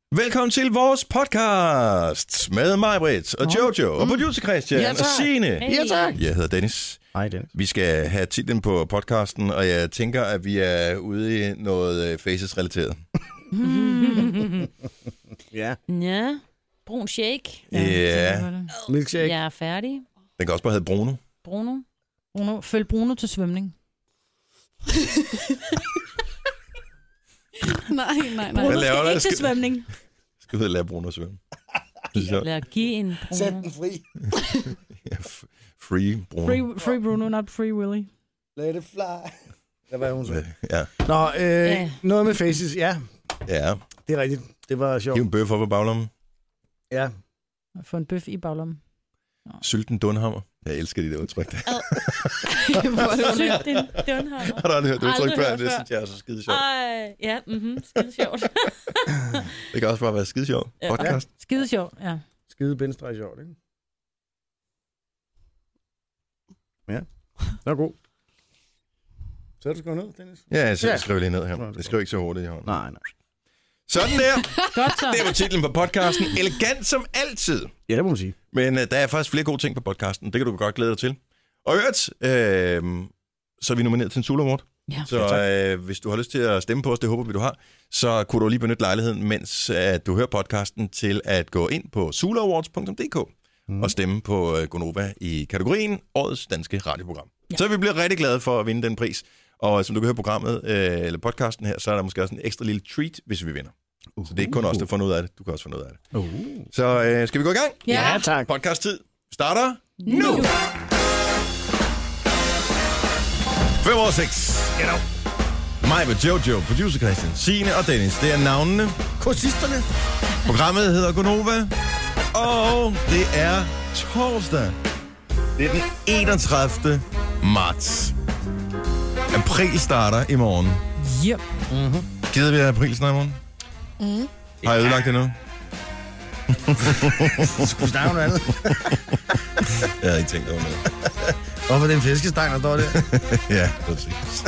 Velkommen til vores podcast med mig, Britt, og Jojo, og producer Christian, og Signe. Ja, tak. Jeg hedder Dennis. Hej, Dennis. Vi skal have titlen på podcasten, og jeg tænker, at vi er ude i noget faces-relateret. Ja. Ja. Brun shake. Ja. Milkshake. Jeg er færdig. Den kan også bare hedde Bruno. Bruno. Følg Bruno til svømning. Nej. Bruno Hvad laver skal du? ikke til svømning. Skal vi ud og lære Bruno at svømme? Lad os give en Bruno. Sæt den fri. Ja, free Bruno. Free Bruno, not free Willy. Let it fly. Hvad var hun så? Ja. Nå, noget med faces. Ja, Ja. det er rigtigt. Det var sjovt. Giv en bøf op i baglommen. Ja. Få en bøf i baglommen. Sylten dunhammer. Jeg elsker de der udtryk. Sygt, en dønhammer. Har du aldrig hørt det udtryk Aldrig før? hørt Det før. synes jeg er så skide sjovt. Ej, ja, skide sjovt. Det kan også bare være skide sjovt. Ja. Podcast. Skide sjovt, ja. Skide benstreg sjovt, ikke? Ja. Det er god. Så er du skrevet ned, Dennis? Ja, jeg skriver lige ned her. Jeg skriver ikke så hurtigt i hånden. Nej. Sådan der. Godt så. Det var titlen på podcasten. Elegant som altid. Ja, det må man sige. Men der er faktisk flere gode ting på podcasten. Det kan du godt glæde dig til. Og hørt, så er vi nomineret til en Sula Award. Ja. Så hvis du har lyst til at stemme på os, det håber vi, du har, så kunne du lige benytte lejligheden, mens du hører podcasten, til at gå ind på sulaawards.dk og stemme på Gonova i kategorien Årets Danske Radioprogram. Ja. Så vi bliver rigtig glade for at vinde den pris. Og som du kan høre programmet, eller podcasten her, så er der måske også en ekstra lille treat, hvis vi vinder. Så det er ikke kun os, der får noget af det. Du kan også få noget af det. Så skal vi gå i gang? Ja, tak. Podcast-tid starter nu! 5/6. Mig med Jojo, producer Christian, Signe og Dennis. Det er navnene. Kursisterne. Programmet hedder Gonova. Og det er torsdag. Det er den 31. marts. April starter i morgen. Yep. Gider vi have april snart i morgen? Har jeg ødelagt det nu? Skulle vi snakke om noget andet? Jeg havde ikke tænkt over noget. Hvorfor er det en fiskestang, der står der? Ja, præcis.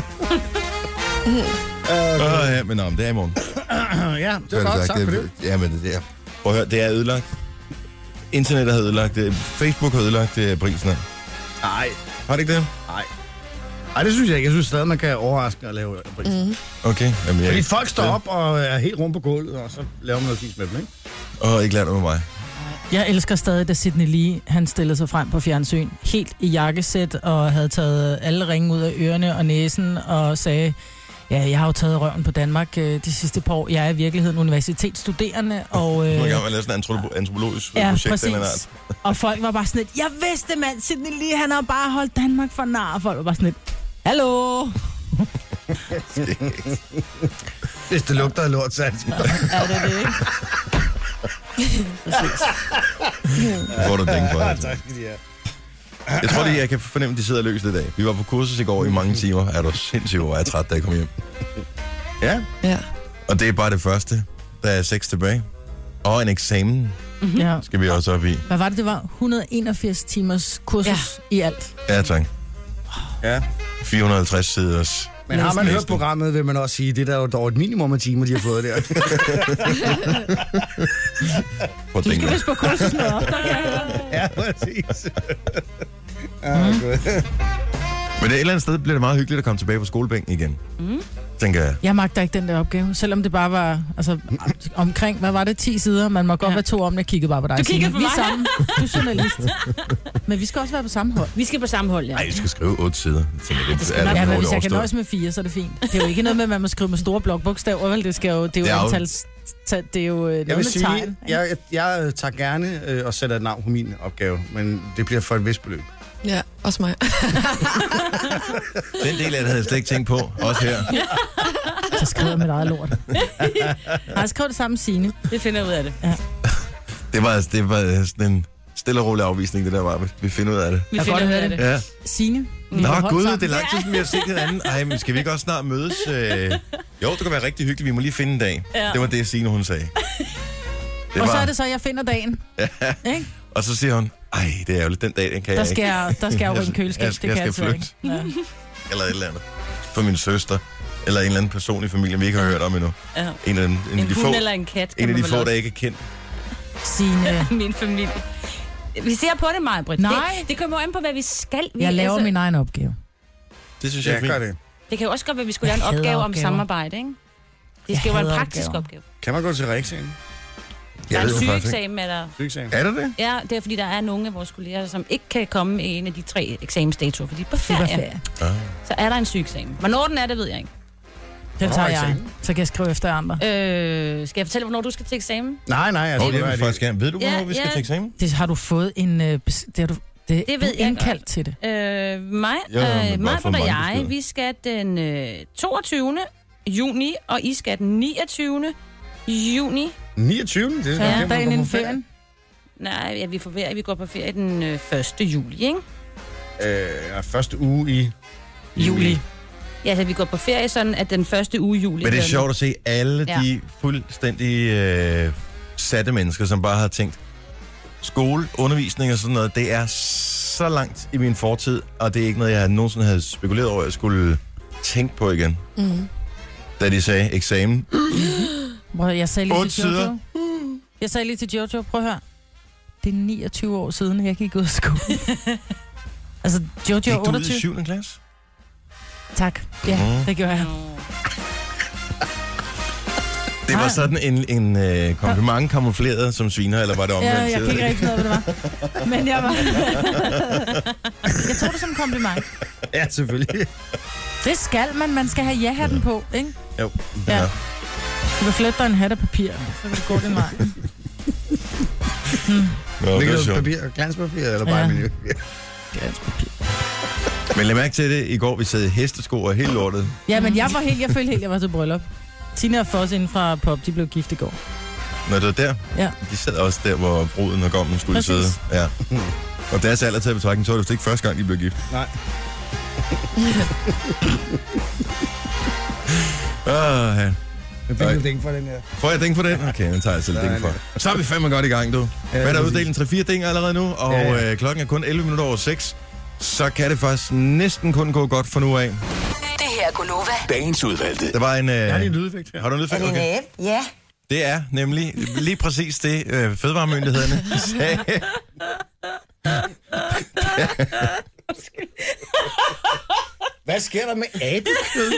Ja, men det er i morgen. Ja, det var godt sagt for det. Ja, men det er... Prøv at høre, det er ødelagt. Internet har ødelagt det. Facebook har ødelagt det. April snart. Nej. Har det ikke det? Nej, det synes jeg ikke. Jeg synes stadig, man kan overraske og lave april. Okay. Jamen, Fordi folk står op og er helt rundt på gulvet, og så laver man noget fis med dem, ikke? Ikke lært med mig. Jeg elsker stadig, da Sidney Lee, han stillede sig frem på fjernsyn, helt i jakkesæt, og havde taget alle ringe ud af ørerne og næsen, og sagde, ja, jeg har jo taget røven på Danmark de sidste par år. Jeg er i virkeligheden universitetsstuderende, og... Nu er jeg i gang med at lave sådan en antropologisk projekt. Præcis. Og folk var bare sådan lidt, jeg vidste, mand, Sidney Lee, han har bare holdt Danmark for nar. Og folk var bare sådan lidt, hallo? Hvis det lugter af lort, så er det Er det det, ikke? Præcis. Får du penge for det. Tak skal de have. Jeg tror, jeg kan fornemme, at de sidder løst i dag. Vi var på kursus i går i mange timer. Er du sindssygt, hvor jeg er træt, da jeg kom hjem. Ja. Og det er bare det første. Der er 6 tilbage. Og en eksamen Ja. skal vi også op i. Hvad var det? Det var 181 timers kursus i alt. Ja, tak. Ja. 450 siders. Men har man Læsning. hørt programmet, vil man også sige, det der er jo dog et minimum af timer, de har fået der. Prøv at Du tænke skal dig. vist på kursus noget op, der kan jeg høre. Ja, præcis. Men et eller andet sted bliver det meget hyggeligt at komme tilbage på skolebænken igen. Tænker jeg. Jeg magter ikke den der opgave, selvom det bare var omkring, hvad var det, 10 sider? Man må godt være 2 om, jeg kiggede bare på dig. Du kiggede Signe. på Vi mig. er sammen. Du er journalist. Men vi skal også være på samme hold. Vi skal på samme hold, ja. Nej, jeg skal skrive 8 sider. Jeg tænker, det er Ja, men hvis jeg kan overstået. nøjes med 4, så er det fint. Det er jo ikke noget med, at man må skrive med store blokbogstaver, vel? Det er jo antal... Det er jo noget Jeg vil med sige, tegn. jeg tager gerne og sætter et navn på min opgave, men det bliver for et vist beløb. Ja, også mig. Den del af det havde jeg slet ikke tænkt på. Også her. Så skriver jeg mit eget lort. Jeg skrev det samme Signe. Det finder jeg ud af det. Ja. Det var sådan en stille og rolig afvisning, det der var. Vi finder ud af det. Vi Jeg finder kan ud godt af høre det. Ja. Signe. Nå, gud, det er lang tid, som vi har set hinanden. Ej, men skal vi ikke også snart mødes? Jo, det kan være rigtig hyggeligt. Vi må lige finde en dag. Ja. Det var det, Signe, hun sagde. Det Og så var- er det så, jeg finder dagen. Ikke? Og så siger hun, ej, det er ærgerligt, den dag, den kan Der jeg ikke. skal jeg jo i en køleskab. Jeg Det kan skal jeg flytte. ikke. Ja. Eller et eller andet. For min søster. Eller en eller anden person i familien, vi ikke har hørt om endnu. Ja. En af de hund få, eller en kat. en af de få, der ikke... ikke er kendt. Signe. Min familie. Vi ser på det, Maja, Britt. Nej. Det kommer jo an på, hvad vi skal. Jeg laver min egen opgave. Det synes jeg er gør fint. det. Det kan jo også godt være, at vi skulle lave en Jeg hader opgave om opgaver. samarbejde, ikke? Det skal jo være en praktisk opgave. Kan man gå til reeksamen? Der er en ved det faktisk ikke. sygeeksamen, eller... Sygeeksamen? Er det det? Ja, det er fordi, der er nogle af vores kolleger, som ikke kan komme i en af de 3 eksamensdatoer, fordi de er på Det var ferie. ferie. Så er der en sygeeksamen. Hvornår den er, det ved jeg ikke. Den tager Hvornår er jeg. eksamen? Så kan jeg skrive efter andre. Skal jeg fortælle, hvornår du skal til eksamen? Nej, altså... Det vil jeg faktisk gerne. Ved du, hvornår Ja, vi skal ja. til eksamen? Det har du fået en... Det har du, det ved du er jeg indkaldt til det. Mig Jeg har bare mig fået og mange jeg, beskeder. vi skal den 22. juni, og I skal den 29. juni. 29. Det skal Ja, jeg Dagen inden ferien. Nej, ja, vi går på ferie den 1. juli, ikke? Første uge i... Juli. Ja, så vi går på ferie sådan, at den første uge i juli... Men det er den- sjovt at se alle Ja. de fuldstændig satte mennesker, som bare har tænkt, skole, undervisning og sådan noget, det er så langt i min fortid, og det er ikke noget, jeg nogensinde havde spekuleret over, at jeg skulle tænke på igen. Da de sagde eksamen. Jeg sagde lige 8 til sider. Jojo. Jeg sagde lige til Jojo, prøv at høre. Det er 29 år siden, jeg gik ud af skole. Altså, Jojo Gik er du ud 28. i 7. klasse? Tak. Ja, det gjorde jeg. Det var sådan en kompliment kamufleret som sviner, eller var det omvendt? Ja, jeg kan ikke rigtig noget, hvad det var. Men jeg var... jeg tog det som en kompliment. Ja, selvfølgelig. Det skal man. Man skal have ja-hatten på, ikke? Jo. Ja. Ja. Du kan flette dig en hat af papir, så kan det gå den vej. Nå, det er Hvilket sjovt. papir? Glanspapir eller bare Ja. miljøpapir? Men lad mærke til det. I går, vi sad i hestesko og helt lortet. Ja, men jeg følte helt, jeg var til bryllup. Tina og Foss inden fra Pop, de blev gift i går. Når det var der, Ja. de sad også der, hvor bruden og gommen skulle Præcis. sidde. Ja. Og deres alder til betragtning, så var det vist ikke første gang, de blev gift. Nej. Ja. Jeg fik en ding for den her. Får jeg ding for den? Okay, den tager jeg selv ding for. Så er vi fandme godt i gang, du. Hvad er der uddelt? 3-4 ding allerede nu, og Ja. klokken er kun 11 minutter over 6. Så kan det faktisk næsten kun gå godt for nu af. Det her er Gunova. Dagens udvalgte. Der var en... Jeg har lige en lydeffekt her. Har du en lydeffekt? Okay. Ja. Det er nemlig lige præcis det, fødevaremyndighederne sagde. Hvad sker der med abekød?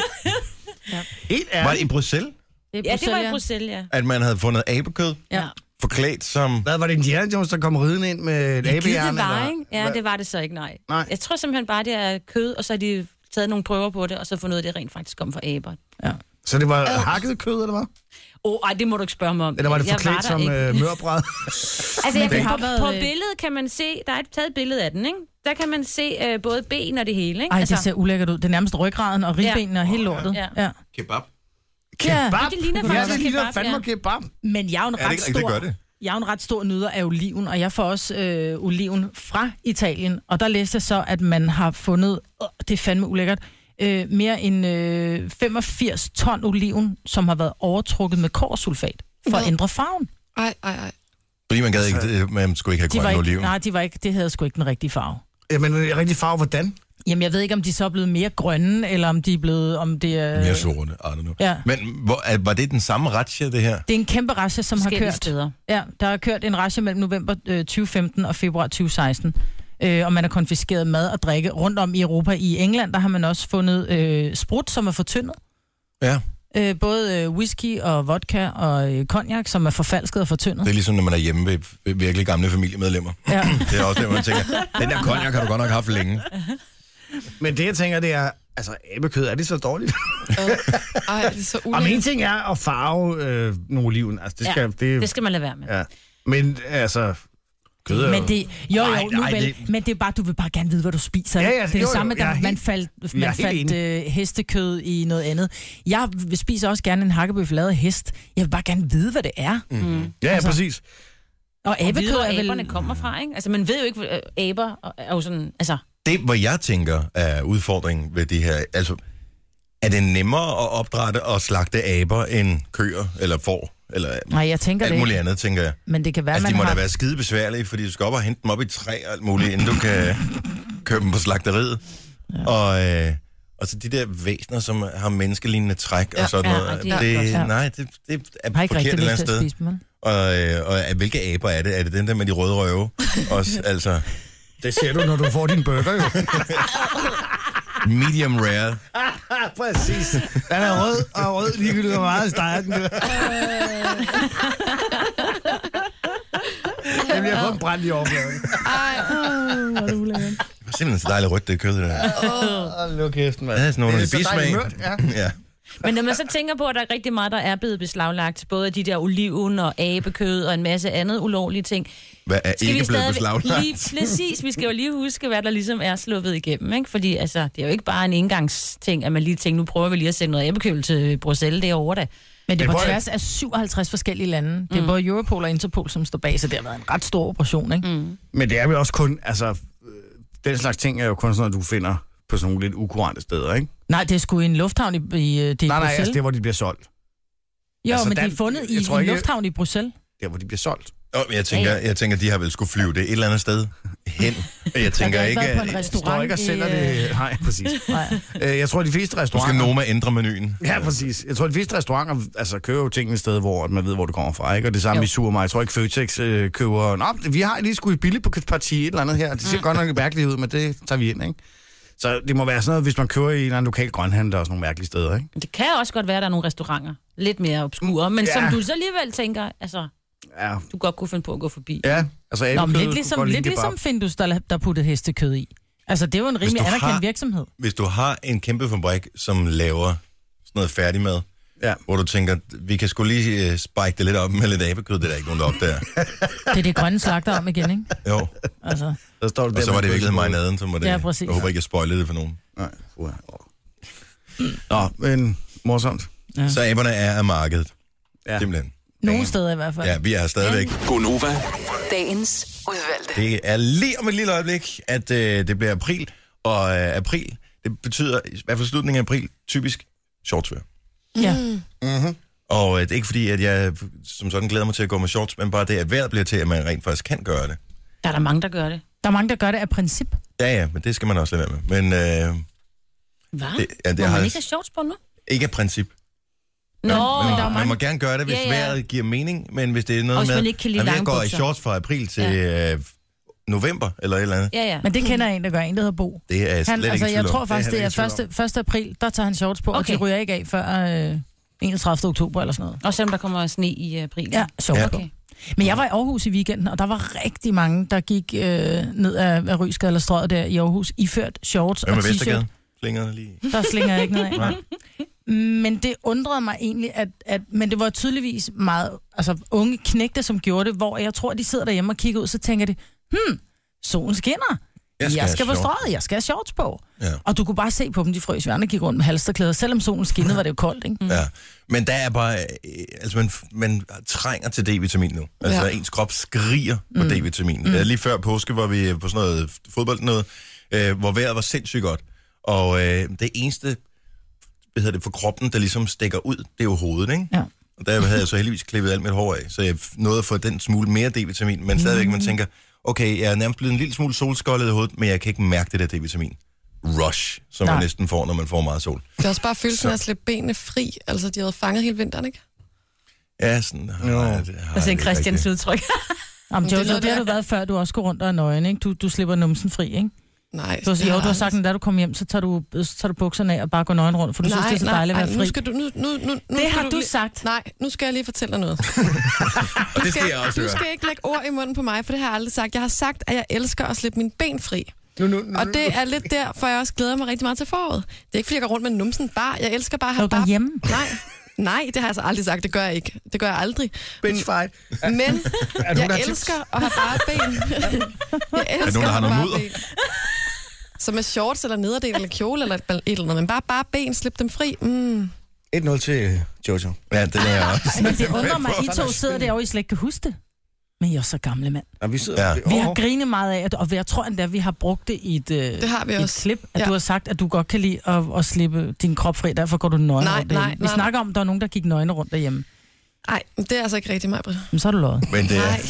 Helt Var det ærligt. i Bruxelles, Det Ja, det var i Bruxelles, ja. at man havde fundet abekød Ja. forklædt som... Hvad var det, Indiana Jones, der kom ridende ind med et Det abehjerne? var, ikke? Ja, det var det så ikke, nej. Nej. Jeg tror simpelthen bare, det er kød, og så har de taget nogle prøver på det, og så fundet ud af, at det rent faktisk kom fra aber. Så det var hakket kød, eller hvad? Ej, det må du ikke spørge mig om. Eller var det Jeg forklædt der som ikke. mørbræd? Altså, jeg det kan, har på, været- på billedet kan man se, der er taget et billede af den, ikke? Der kan man se både ben og det hele, ikke? Ej, det ser ulækkert ud. Det er nærmest ryggraden og ribbenene og hele lortet. Ja. Ja. Kebab. Kebab? det ligner Ja, faktisk det ligner kebab, fandme ja. kebab. Men jeg er jo en Ja, ret det, det stor... gør det. Jeg er jo en ret stor nyder af oliven, og jeg får også oliven fra Italien. Og der læste jeg så, at man har fundet, det er fandme ulækkert, mere end 85 ton oliven, som har været overtrukket med kobbersulfat for at ændre farven. Ej. Fordi man gad ikke, man skulle ikke have De var grøn ikke, oliven. nej, de var ikke, det havde sgu ikke den rigtige farve. Jamen, rigtig farve, hvordan? Jamen, jeg ved ikke, om de så er blevet mere grønne, eller om de er blevet... Om det er, Mere sorte, I don't know. Ja. Men var det den samme razzia, det her? Det er en kæmpe razzia, som har Forskellige kørt. steder. Ja, der har kørt en razzia mellem november 2015 og februar 2016. Og man har konfiskeret mad og drikke rundt om i Europa. I England, der har man også fundet sprut, som er fortyndet. Ja. Både whisky og vodka og cognac, som er forfalsket og fortyndet. Det er ligesom, når man er hjemme ved virkelig gamle familiemedlemmer. Ja. Det er også det, man tænker, den der cognac har du godt nok haft længe. Men det, jeg tænker, det er, altså, abekød, er det så dårligt? Ej, det er så Om ulækkert. en ting er at farve nogle oliven, altså, det skal... Det skal man lade være med. Ja. Men, altså... Kød er Men det, jo, Nej, nu nej, vel, det- men det er bare, du vil bare gerne vide, hvad du spiser. Ja, ikke? ja, det er jo, det samme, jeg er da man helt- faldt, jeg er helt fandt hestekød i noget andet. Jeg spiser også gerne en hakkebøf lavet af hest. Jeg vil bare gerne vide, hvad det er. Ja, altså- præcis. Og Og vide, abekød hvor er vel... aberne kommer fra, ikke? Altså, man ved jo ikke, hvor aber er jo sådan... Altså, Det, hvor jeg tænker, er udfordringen ved det her, altså, er det nemmere at opdrætte og slagte aber end køer eller får? Eller Nej, jeg tænker alt det muligt ikke. andet, tænker jeg. Men det kan være, Altså, de man må da har... være skide besværlige, fordi du skal op og hente dem op i træ og alt muligt, inden du kan købe dem på slagteriet. Ja. Og så de der væsener, som har menneskelignende træk og sådan noget. og det er Nej, det er Har ikke forkert et rigtig eller lyst andet til at sted. spise dem, vel? Og hvilke aber er det? Er det den der med de røde røve? Også, altså, Det ser du, når du får din burger, jo. medium rare. Præcis. Den er rød, og rød ligegyldigt, hvor meget steger den. Det bliver kun brændt i overfladen. Hvor er det ulækkert. Det er simpelthen så dejligt rødt, det kød der. Luk kæften, mand. Det er sådan nogle Det er så bismag. dejligt mørt, ja. Ja. Men når man så tænker på, at der er rigtig meget, der er blevet beslaglagt, både af de der oliven og abekød og en masse andet ulovlige ting. Hvad er Skal ikke vi blevet stadig beslaglagt? lige præcis, vi skal jo lige huske, hvad der ligesom er sluppet igennem, ikke? Fordi altså, det er jo ikke bare en engangsting, at man lige tænker, nu prøver vi lige at sende noget abekød til Bruxelles derovre da. Men det er Men på hvor er tværs af 57 forskellige lande. Det er både Europol og Interpol, som står bag, så det har været en ret stor operation, ikke? Men det er vel også kun, altså, den slags ting er jo kun sådan noget, du finder på sådan nogle lidt ukurante steder, ikke? Nej, det er sgu i en lufthavn i Nej, Bruxelles. altså det er, hvor de bliver solgt. Jo, altså, men de der- er fundet i jeg tror en ikke- lufthavn i Bruxelles. Der, hvor de bliver solgt. Jeg tænker, de har vel skulle flyve det et eller andet sted hen. Jeg tænker har ikke, været på en at De står restaurant ikke og sælger i, det. Nej, præcis. Nej. Jeg tror, de fleste nu skal restauranter... Noma ændre menuen. Ja, præcis. Jeg tror, de fleste restauranter altså, køber jo tingene et sted, hvor man ved, hvor det kommer fra. Ikke? Og det samme i supermarked. Jeg tror ikke, Føtex køber... Nå, vi har lige sgu et billigt på parti et eller andet her. Det ser godt nok mærkeligt ud, men det tager vi ind, ikke? Så det må være sådan noget, hvis man køber i en eller anden lokal grønhandel og sådan nogle mærkelige steder, ikke? Det kan også godt være, at der er nogle restauranter, lidt mere obskure, men som du så alligevel tænker, altså, Ja, du godt kunne finde på at gå forbi. ja. Altså, Nå, men abekød lidt kunne godt ligne ligesom kebab. Findus, der puttede hestekød i. Altså, det er jo en rimelig du anerkendt har- virksomhed. Hvis du har en kæmpe fabrik, som laver sådan noget færdigmad, Ja. hvor du tænker, vi kan sgu lige spike det lidt op med lidt abekød, det er der ikke nogen, der opdager. Det er det grønne slagter om igen, ikke? Jo, Altså, Der står det og så var det i virkeligheden marinaden, som var det. Ja, præcis. Jeg håber ikke, jeg spoilede det for nogen. Nej. Nå, men morsomt. Ja. Så aberne er af markedet. Ja. Simpelthen. nogle steder i hvert fald. Ja, vi er stadigvæk. Gonova. Dagens udvalgte. Det er lige om et lille øjeblik, at det bliver april. Og april, det betyder i hvert fald slutningen af april, typisk shortsvejr. Ja. Og det er ikke fordi, at jeg som sådan glæder mig til at gå med shorts, men bare det, at vejret bliver til, at man rent faktisk kan gøre det. Der er der mange, der gør det. Der er mange, der gør det af princip. Ja, men det skal man også lade være med. Men Hvad? det Må har man ikke have shorts på nu? ikke af princip. Nå, Men der er man mange- må gerne gøre det, hvis Ja, ja. vejret giver mening, men hvis det er noget Og hvis med, man ikke kan lide at jeg lange går i bukser. shorts fra april til november, eller et eller andet, Ja, ja. Men det kender jeg en, der gør. En, der hedder Bo. det er jeg slet Han, altså, ikke i jeg tvivl tror om. faktisk, Det er det jeg er heller 1. april, der tager han shorts på, og Okay. de ryger ikke af før 31. oktober eller sådan noget. Og selvom der kommer sne i april. Ja, shorts Ja. på. Okay. Men jeg var i Aarhus i weekenden, og der var rigtig mange, der gik ned af Rysgade eller Strøget der i Aarhus, iført shorts Hvad og med t-shirt. Vestergade? Slinger lige. Der slinger jeg ikke noget af. Nej. Men det undrede mig egentlig, men det var tydeligvis meget unge knægte, som gjorde det, hvor jeg tror, de sidder derhjemme og kigger ud, så tænker de, solen skinner. Jeg skal på have Strøget, jeg skal have shorts på. Ja. Og du kunne bare se på dem, de frøs. Vi andre gik rundt med halsterklæder. Selvom solen skinnede, var det jo koldt, ikke? Ja, men der er bare, altså man trænger til D-vitamin nu. Altså ens krop skriger på D-vitamin. Lige før påske var vi på sådan noget fodbold noget, hvor vejret var sindssygt godt. Og det eneste, for kroppen, der ligesom stikker ud, det er jo hovedet, ikke? Ja. Og der havde jeg så heldigvis klippet alt mit hår af, så jeg nåede at få den smule mere D-vitamin, men stadigvæk man tænker, okay, jeg er nærmest blevet en lille smule solskoldet i hovedet, men jeg kan ikke mærke det der D-vitamin. Rush, som man næsten får, når man får meget sol. Det er også bare følelsen af at slippe benene fri. Altså, de havde fanget hele vinteren, ikke? Ja, sådan har Jo. jeg det. Altså en Christians udtryk. Jamen, Det er Jojo, noget, det har der- du været før, du også går rundt og er nøgen, ikke? Du slipper numsen fri, ikke? Nej. Du det har har jeg sagt, at da du kommer hjem, så tager du bukserne af og bare går nøgen rundt, for du synes, det er så dejligt at være nu fri. skal du... Nu Det skal har du lige- sagt. Nej, nu skal jeg lige fortælle dig noget. Og det skal jeg også Du høre. skal ikke lægge ord i munden på mig, for det har jeg aldrig sagt. Jeg har sagt, at jeg elsker at slippe mine ben fri. Og det er lidt derfor, jeg også glæder mig rigtig meget til foråret. Det er ikke, fordi jeg går rundt med numsen bare. Jeg elsker bare at Er have du derhjemme? Nej, det har jeg altså aldrig sagt. Det gør jeg ikke. Det gør jeg aldrig. Bitch fight. Men der jeg har elsker at have bare ben. Jeg elsker der har at noget have mudder? bare ben. Så med shorts eller nederdel eller kjole eller et eller andet. Men bare ben, slip dem fri. 1-0 til Jojo. Ja, det er jeg også. Men det undrer mig, I to sidder derovre, I slet ikke kan huske det. Men I er så gamle, mand. Ja, vi sidder... Ja. Vi har grinet meget af, og jeg tror endda, vi har brugt det i Det har vi et også. klip, at Ja. du har sagt, at du godt kan lide at slippe din krop fri, derfor går du nøgen Nej, rundt derhjemme. nej, Vi nej. snakker om, at der er nogen, der gik nøgne rundt derhjemme. Nej, det er altså ikke rigtigt, mig, Britt. Men så er du løjet. Men det, Nej,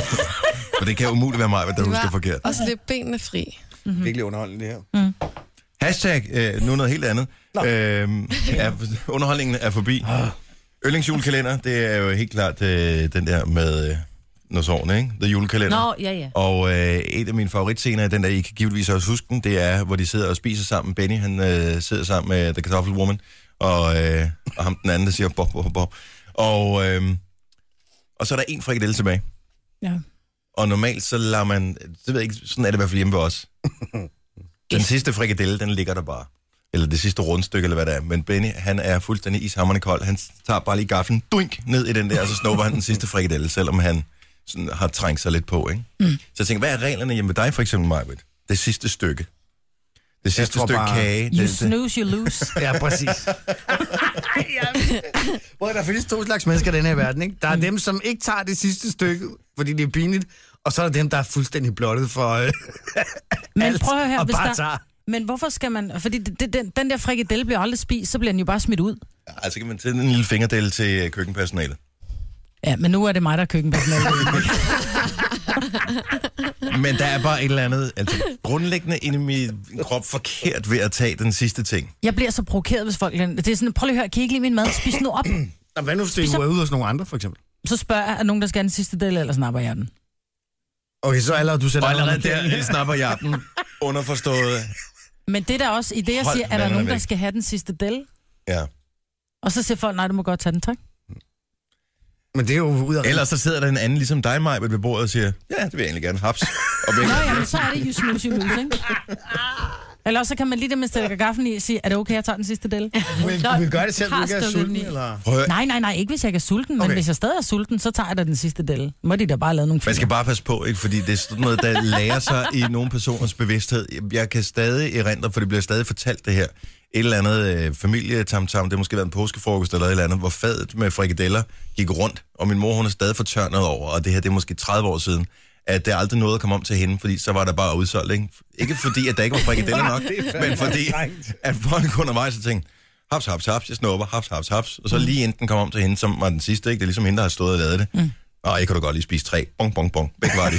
og det kan umuligt være mig, der det husker var forkert. at slippe benene fri. Virkelig underholdende, det her. Hashtag, nu noget helt andet. Underholdningen er forbi. Yndlingsjulekalender, det er jo helt klart den der med Nosårene, ikke? The julekalender. Nå, ja. Og et af mine favoritscener, den der I kan givetvis også huske den, det er, hvor de sidder og spiser sammen. Benny, han sidder sammen med The Kartoffelwoman, og ham den anden, der siger bob, bob, bob. Og så er der en frikadelle tilbage. Ja. Og normalt så lader man, det ved jeg ikke, sådan er det i hvert fald hjemme ved os. Den sidste frikadelle, den ligger der bare. Eller det sidste rundstykke, eller hvad det er. Men Benny, han er fuldstændig ishamrende kold. Han tager bare lige gaflen, duink, ned i den der, og så snupper han den sidste frikadelle, selvom han sådan har trængt sig lidt på, ikke? Så jeg tænker, hvad er reglerne hjemme ved dig, for eksempel, Majbrit? Det sidste stykke. Det sidste stykke bare... kage. You snooze, you lose. Ja, præcis. Der findes 2 slags mennesker i den her verden, ikke? Der er dem, som ikke tager det sidste stykke, fordi det er pinligt, og så er der dem, der er fuldstændig blottet for Men prøv at høre her, og hvis bare der... tager. Men hvorfor skal man... Fordi den der frikadelle bliver aldrig spist, så bliver den jo bare smidt ud. Ja, altså kan man tage en lille fingerdel til køkkenpersonalet. Ja, men nu er det mig, der er køkkenpersonale. Men der er bare et eller andet, altså grundlæggende inde i min krop forkert ved at tage den sidste ting. Jeg bliver så provokeret, hvis folk... Det er sådan, prøv lige at høre, kan I ikke lide min mad? Spis nu op. Og hvad nu, hvis du er ude hos nogle andre, for eksempel? Så spørger jeg, er nogen, der skal have den sidste del, eller snapper jeg den? Okay, så allerede, du sætter... Og allerede der snapper jeg den underforstået. Men det der også, i det jeg siger, er der nogen, der skal have den sidste del? Ja. Og så siger folk, nej, du må godt tage den, tak. Men det er jo ud af... Ellers så sidder der en anden, ligesom dig, Maj, ved bordet og siger, ja, det vil jeg egentlig gerne haps. Og nå, jamen, så er det you snooze, you lose, ikke? Eller så kan man lige det med stikker gaffen i og sige, er det okay, jeg tager den sidste del? Vil du gøre det selv, du ikke er sulten, eller? Nej, ikke hvis jeg ikke er sulten, men hvis jeg stadig er sulten, så tager jeg da den sidste del. Må de da bare lave nogle Man skal bare passe på, ikke? Fordi det er sådan noget, der lærer sig i nogle personers bevidsthed. Jeg kan stadig erindre, for det bliver stadig fortalt det her. Et eller andet familietamtam, det har måske været en påskefrokost eller et eller andet, hvor fadet med frikadeller gik rundt, og min mor, hun er stadig fortørnet over, og det her, det er måske 30 år siden, at det aldrig nåede at komme om til hende, fordi så var der bare udsolgt, ikke? Ikke fordi, at der ikke var frikadeller nok, men fordi, at folk undervejs og tænkte, haps, haps, haps, jeg snupper, haps, haps, haps, og så lige inden den kom om til hende, som var den sidste, ikke? Det er ligesom hende, der har stået og lavet det. Og jeg kan du godt lige spise 3. Bong, bong, bong. Begge var de.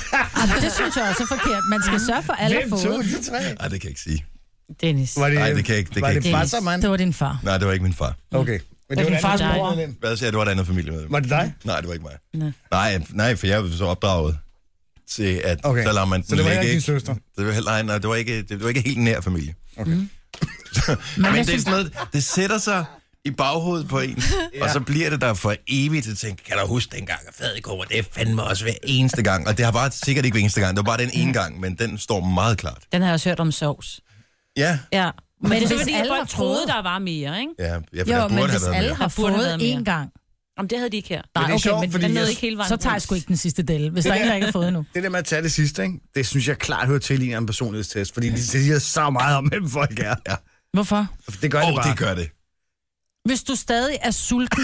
Det synes jeg også er forkert. Man skal sørge for alle at få det. Nej, det kan jeg ikke sige. Dennis. Nej, det kan jeg ikke. Var det ikke farsamand? Det var din far. Nej, det var ikke min far. Okay. Men det var din fars bror. Hvad siger jeg? Det var et andet familiemedlem. Var det dig? Nej, det var ikke mig. Nej, for jeg var så opdraget til, at så lader man den så det var ikke. Din søster? Det var heller, nej, det var ikke helt nær familie. Okay. Men det er sådan noget, det sætter sig i baghovedet på en, og så bliver det der for evigt at tænke, kan du huske dengang, at fadekår, det er fandme også hver eneste gang. Og det har bare sikkert ikke hver eneste gang, det var bare den ene gang, men den står meget klart. Den har jeg også hørt om sovs. Ja. Ja. Men det er hvis fordi, alle folk har troede, fået- der var mere, ikke? Ja, for Jo, der men burde hvis have været alle mere. har Der burde have fået været mere. én gang, Jamen, det havde de ikke her. det er nej, sjovt, okay, men fordi Den nåede jeg- ikke hele vejen. så tager jeg sgu ikke den sidste del. Hvis der er ingen, der ikke har fået endnu. Det der med at tage det sidste, ikke? Det synes jeg klart hører til i en personlighedstest, fordi det siger så meget om, hvem folk er. Ja. Hvorfor? Det gør det bare. Det gør det. Hvis du stadig er sulten...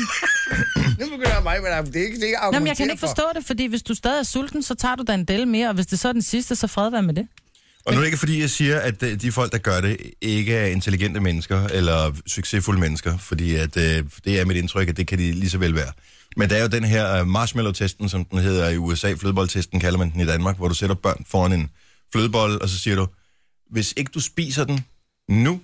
Nu begynder jeg mig, men det er ikke Nå, men jeg kan ikke forstå det, fordi hvis du stadig er sulten, så tager du da en del mere, og hvis det så er den sidste, så fred være med det. Og nu er det ikke fordi, jeg siger, at de folk, der gør det, ikke er intelligente mennesker eller succesfulde mennesker, fordi at, det er mit indtryk, at det kan de lige så vel være. Men der er jo den her marshmallow-testen, som den hedder i USA, flødeboldtesten kalder man den i Danmark, hvor du sætter børn foran en flødebold, og så siger du, hvis ikke du spiser den nu,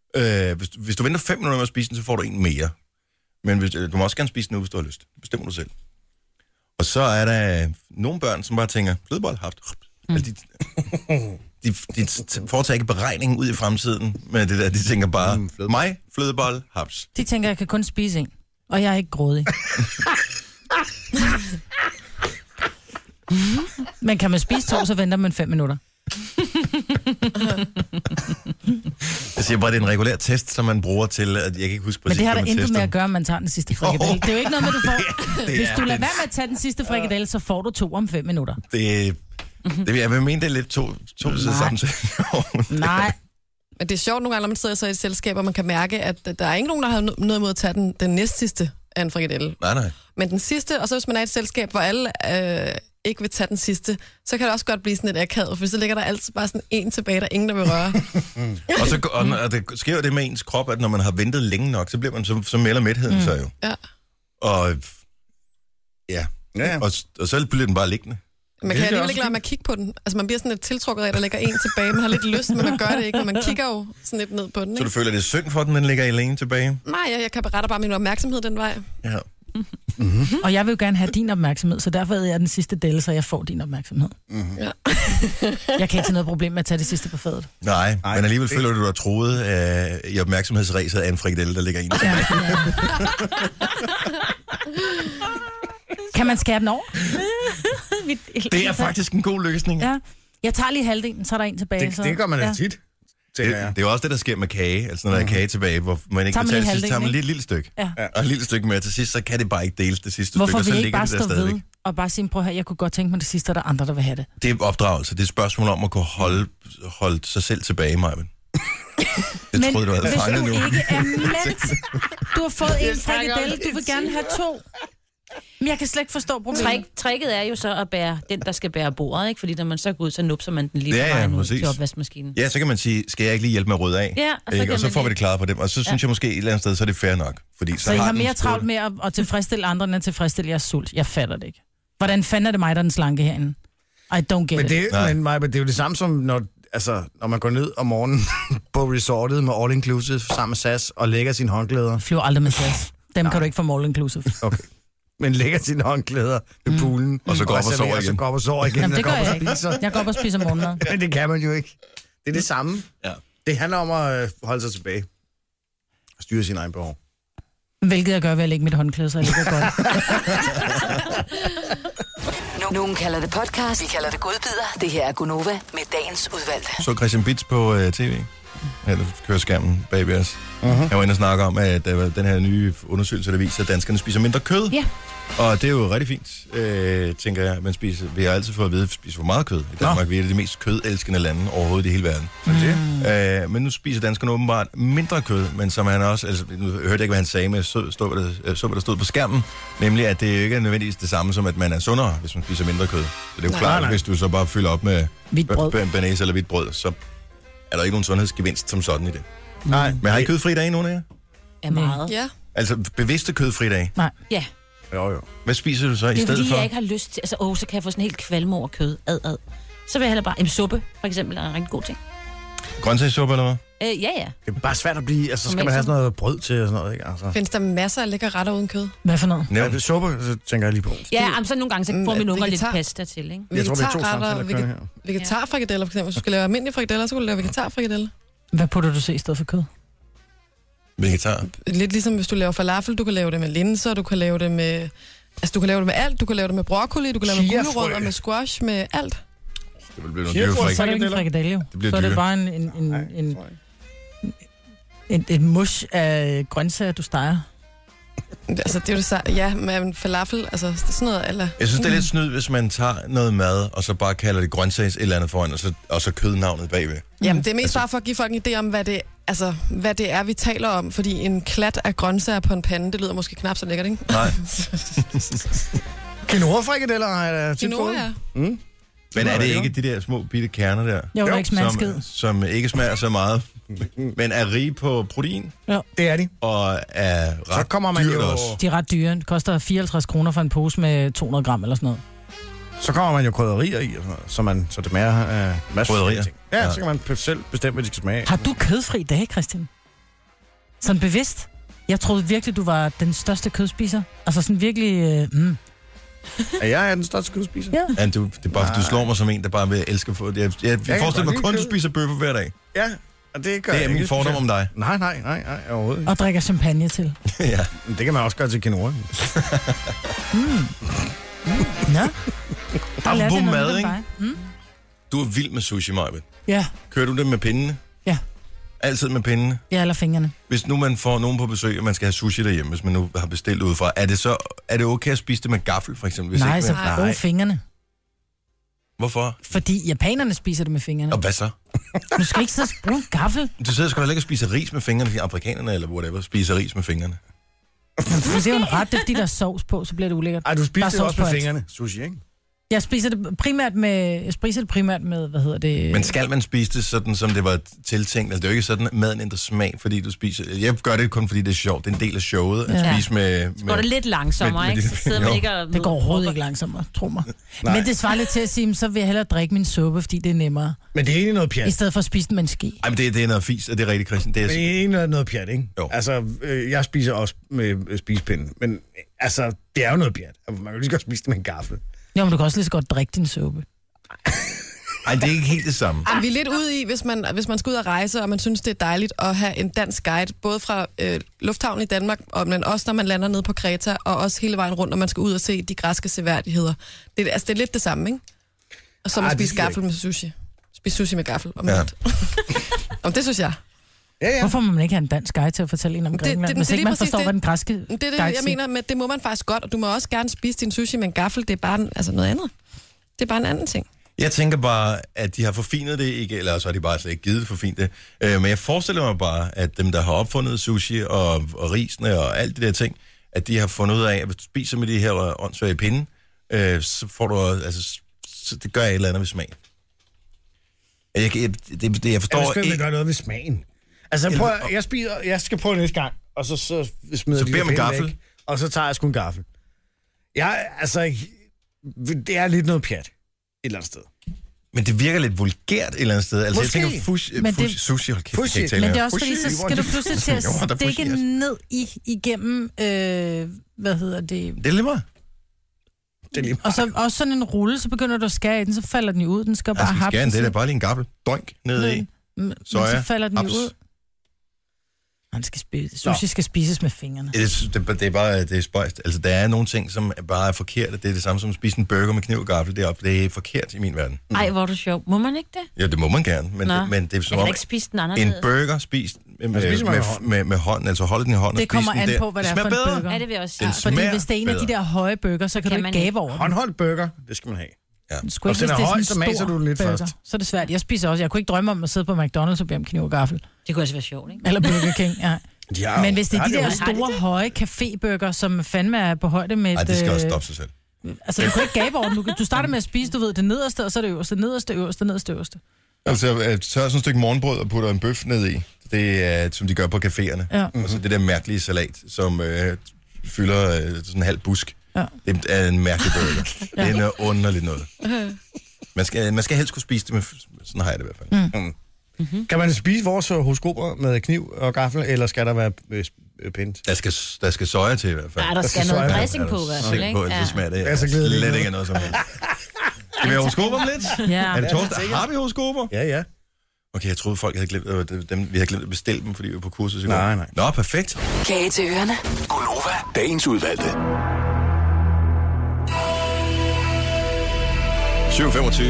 hvis du venter 5 minutter med at spise den, så får du en mere. Men du må også gerne spise den nu, hvis du har lyst. Bestemmer du selv. Og så er der nogle børn, som bare tænker, flødebold, haft. Altså, de foretager ikke beregningen ud i fremtiden med det der. De tænker bare, mig, flødebold, haps. De tænker, jeg kan kun spise en, og jeg er ikke grådig. Men kan man spise 2, så venter man 5 minutter. Jeg siger bare, det er en regulær test, som man bruger til, at jeg kan ikke huske præcis, Men det har hvad der man intet tester. med at gøre, om man tager den sidste frikadelle. Det er jo ikke noget med, du får. Hvis du lader være med at tage den sidste frikadelle, så får du 2 om 5 minutter. Det jeg vil mene, det er lidt to sider samtidig. Nej. Men det er sjovt nogle gange, når man sidder så i et selskab, og man kan mærke, at der er ikke nogen, der har noget imod at tage den næstsidste af en frikadelle. Nej. Men den sidste, og så hvis man er i et selskab, hvor alle ikke vil tage den sidste, så kan det også godt blive sådan et akavet, for så ligger der altid bare sådan en tilbage, der ingen der vil røre. og det sker jo det med ens krop, at når man har ventet længe nok, så bliver man så melder mætheden sig jo. Ja. Og ja. Og så bliver den bare liggende. Man kan alligevel ikke lade med at kigge på den. Altså, man bliver sådan lidt tiltrukket af, at der ligger en tilbage. Man har lidt lyst, men man gør det ikke, men man kigger jo sådan lidt ned på den, ikke? Så du føler, det er synd for den ligger alene tilbage? Nej, jeg kan berette bare min opmærksomhed den vej. Ja. Mm-hmm. Og jeg vil jo gerne have din opmærksomhed, så derfor er jeg den sidste del, så jeg får din opmærksomhed. Mm-hmm. Ja. Jeg kan ikke have noget problem med at tage det sidste på fadet. Nej, men alligevel føler du dig troet i opmærksomhedsræset af en frikadelle, der ligger en. Ja. Kan man skære den over? Det er faktisk en god løsning. Ja. Jeg tager lige halvdelen, så er der en tilbage. Det gør man da tit. Det er jo også det, der sker med kage. Altså, når der er kage tilbage, hvor man ikke kan tage det sidste, tager man lige et lille stykke. Ja. Og et lille stykke mere til sidst, så kan det bare ikke deles det sidste Hvorfor stykke, og så vil I ligger ikke det der bare stå stadigvæk. ved og bare sige, prøv her, jeg kunne godt tænke mig det sidste, og der er andre, der vil have det. Det er opdragelse. Det er et spørgsmål om at kunne holde sig selv tilbage, Majben. Jeg troede, du havde fanget nu. Men hvis du ikke er ment, du har fået en frikadelle, du vil gerne have 2. Men jeg kan slet ikke forstå problemet. Tricket er jo så at bære den, der skal bære bordet, ikke? Fordi når man så går ud, så nupser man den lige på vejen ud til opvaskemaskinen. Ja, så kan man sige, skal jeg ikke lige hjælpe med at rydde af? Ja, og så får vi det klaret på dem. Og så synes jeg måske et eller andet sted, så er det fair nok. Fordi så I har mere travlt med at tilfredsstille andre, end at tilfredsstille jeres sult. Jeg fatter det ikke. Hvordan fanden er det mig, der er den slanke herinde? I don't get it. Men det er jo det samme som, når man går ned om morgenen på resortet med all inclusive sammen med SAS og lægger sine håndklæder. Flyver aldrig med SAS. Dem kan du ikke få all inclusive. Okay. Men lægger sine håndklæder ved poolen. Og så går op og sover igen. Så går op og sover igen. Jamen, det gør jeg ikke. Jeg går op og spiser morgenmad. Men det kan man jo ikke. Det er det samme. Ja. Det handler om at holde sig tilbage. Og styre sin egen behov. Hvilket jeg gør ved at lægge mit håndklæde, så jeg ligger godt. Nogen kalder det podcast, vi kalder det godbidder. Det her er Gunova med dagens udvalgte. Så Christian Bitz på tv. Ja, der kører skærmen bagved os. Jeg var inde og snakke om, at der var den her nye undersøgelse, der viser, at danskerne spiser mindre kød. Ja. Og det er jo rigtig fint, tænker jeg. Vi har altid fået at vide, at vi spiser for meget kød i Danmark. Vi er de mest kødelskende lande overhovedet i hele verden. Men nu spiser danskerne åbenbart mindre kød, men som han også, altså nu hørte jeg ikke, hvad han sagde, men så hvad der stod på skærmen, nemlig at det ikke er nødvendigvis det samme som, at man er sundere, hvis man spiser mindre kød. Så det er jo klart, at hvis du så bare fylder op med banæs eller hvidt brød, så er der ikke nogen sundhedsgevinst som sådan i det. Nej. Men har I kødfri dage, nogen af jer? Ja, meget. Ja. Altså bevidste kødfri dage? Nej. Ja. Jo. Hvad spiser du så i stedet for? Det er fordi, jeg ikke har lyst til... Altså, så kan jeg få sådan helt kvalme over kød. Så vil jeg heller bare... En suppe, for eksempel, er en rigtig god ting. Grøntsagssuppe, eller hvad? Ja. Det er bare svært at blive... Altså, så skal man have sådan noget brød til og sådan noget, ikke? Altså. Findes der masser af lækre retter uden kød? Hvad for noget? Ja, suppe, så tænker jeg lige på. Ja, så nogle gange så får mine unger lidt pasta til, ikke? Jeg tror, vi er 2 samtaler her. Vegetarfrikadeller, for eksempel. Hvis du skal lave almindelige frikadeller, så kan du lave vegetarfrikadeller. Hvad putter du så i stedet for kød? Vegetar. Lidt ligesom hvis du laver falafel, du kan lave det med linser, du kan lave det med... Altså, du kan lave det med alt. Du kan lave det med broccoli, du kan lave det med gulerødder, med squash, med alt. Det vil blive noget dyre Så er det ikke en frikadelle, jo. Det bliver så er det dyre. bare et mush af grøntsager, du steger. Altså, det er jo det samme. Ja, med falafel, altså, det er sådan noget, eller... Jeg synes, det er lidt snyd, hvis man tager noget mad, og så bare kalder det grøntsags et eller andet foran, og så kødnavnet bagved. Jamen, det er mest bare for at give folk en idé om, hvad det er, vi taler om. Fordi en klat af grøntsager på en pande, det lyder måske knap så lækkert, ikke? Nej. Quinoa-frikadeller har jeg da tit fået. Ja. Men er det ikke de der små bitte kerner der? Jo, der ikke smager skid. Som ikke smager så meget, men er rige på protein? Ja. Det er de. Og er ret så kommer man dyrt jo... også. De er ret dyre. Det koster 54 kroner for en pose med 200 gram eller sådan noget. Så kommer man jo krydderier i, og sådan noget, så det er mere masse krydderier. ting. Ja, så kan man selv bestemme, hvad de skal smage. Har du kødfri dag, Christian? Sådan bevidst? Jeg troede virkelig, du var den største kødspiser. Altså sådan virkelig... Er jeg den største kødspiser? Ja. Det er bare, fordi du slår mig som en, der bare vil elske få det. Jeg forestiller mig kun, du spiser bøffer hver dag. Ja, og det gør det er jeg min ikke. fordom om dig. Nej, overhovedet ikke. Og drikker champagne til. Ja. Men det kan man også gøre til quinoa. Nå. Apropos mad, ikke? Du er vild med sushi, Majbet. Ja. Kører du det med pindene? Ja. Altid med pindene? Ja, eller fingrene. Hvis nu man får nogen på besøg, og man skal have sushi derhjemme, hvis man nu har bestilt udefra, er det okay at spise det med gaffel, for eksempel? Hvis Nej, ikke så med... brug fingrene. Hvorfor? Fordi japanerne spiser det med fingrene. Og hvad så? Du skal ikke så bruge gaffel. Du sidder sgu da ikke og spiser ris med fingrene, fordi afrikanerne eller whatever spiser ris med fingrene. Det er jo en ret, det er fordi, der er sovs på, så bliver det ulækkert. Ej, du spiser det også med på fingrene, sushi, ikke? Jeg spiser det primært med, hvad hedder det? Men skal man spise det sådan, som det var tiltænkt? Altså, det er jo ikke sådan, at maden ændrer smag, fordi du spiser... Jeg gør det kun, fordi det er sjovt. Det er en del af showet at spise med... Så går det lidt langsommere, ikke? Så sidder man ikke og... Det går overhovedet ikke langsommere, tro mig. Men det svarer lidt til at sige, så vil jeg hellere drikke min suppe, fordi det er nemmere. Men det er egentlig noget pjat. I stedet for at spise den med en ske. Ej, men det er noget fis, og det er rigtig, Christian. Det er... Men det er egentlig noget pjat, ikke? Jo. Altså, jeg spiser også med spisepinden. Men altså, det er jo noget pjat. Man kan jo lige så godt spise det med en gaffel. Jo, men du kan også lige så godt drikke din suppe. Ej, det er ikke helt det samme. Vi er lidt ude i, hvis man skal ud og rejse, og man synes, det er dejligt at have en dansk guide, både fra lufthavnen i Danmark, men også når man lander nede på Kreta, og også hele vejen rundt, når man skal ud og se de græske seværdigheder. Det er lidt det samme, ikke? Og så man spise gaffel med sushi. Spise sushi med gaffel. Om det synes jeg. Ja. Hvorfor må man ikke have en dansk guide til at fortælle en om Grækenland, hvis ikke man forstår, hvad den græske guide det, jeg mener, med, det må man faktisk godt, og du må også gerne spise din sushi med en gaffel. Det er bare noget andet. Det er bare en anden ting. Jeg tænker bare, at de har forfinet det, ikke, eller så har de bare slet ikke givet det forfint det. Men jeg forestiller mig bare, at dem, der har opfundet sushi og risene og alt det der ting, at de har fundet ud af, at hvis du spiser med de her åndssvage pinde, så får du, altså, så det gør et eller andet ved smagen. Jeg forstår ikke. Jeg gøre noget ved smagen. Altså, jeg skal prøve næste gang, og så smider så de beder man gaffel, væk, og så tager jeg sgu en gaffel. Det er lidt noget pjat. Et eller andet sted. Men det virker lidt vulgært et eller andet sted. Altså, måske. jeg tænker, sushi, hold kæft, men det er også fordi, så skal du pludselig til at stikke ned igennem, hvad hedder det? Det er lige meget. Og så også sådan en rulle, så begynder du at skære i den, så falder den jo ud. Den skal bare hapse. Det er bare lige en gaffel. Doink ned i. Så falder den jo ud. Sushi skal spises med fingrene. Det er bare, det er spøjst. Altså, der er nogle ting, som bare er forkerte. Det er det samme som at spise en burger med kniv og gaffel deroppe. Det er forkert i min verden. Ej, hvor er du sjov. Må man ikke det? Ja, det må man gerne. Men det er som om, ikke spise den anderledes. En burger spist med hånden, altså holde den i hånden. Det kommer an på, hvad det er for en burger. Ja, det vil jeg også sige. Fordi hvis det er en af de der høje burger, så kan du ikke gabe over den. Håndholdt burger, det skal man have. Ja. Og den er høj, så maser du den lidt først. Så er det svært. Jeg spiser også. Jeg kunne ikke drømme om at sidde på McDonald's og bede om kniv og gaffel. Det kunne også være sjovt, ikke? Eller Burger King, ja. Men hvis det er de der store, høje cafébburger, som fandme er på højde med... Nej, det skal også stoppe sig selv. Altså, du kan ikke gabe over den. Du starter med at spise, du ved, det nederste, og så det øverste, nederste. Altså, tør sådan et stykke morgenbrød og putter en bøf ned i. Det er, som de gør på caféerne. Ja. Og så det der mærkelige salat, som fylder sådan en halv busk. Ja. Det er en mærkelig burger. Det er noget underligt noget. Man skal helst kunne spise det med... Sådan har jeg det i hvert fald. Mm-hmm. Kan man spise vores horoskoper med kniv og gaffel, eller skal der være pind? Der skal soja til i hvert fald. Ja, der skal noget dressing på i hvert fald, ikke? Det smager det. Jeg er så glad, slet ikke noget som helst. Skal vi have horoskoper om lidt? Ja. Er det torsdag? Har vi horoskoper? Ja. Okay, jeg troede, folk havde glemt dem. Vi havde glemt at bestille dem, fordi vi var på kursus i går. Nej. Nå, perfekt. Kage til ørerne. Gonova, dagens udvalgte. 7:25.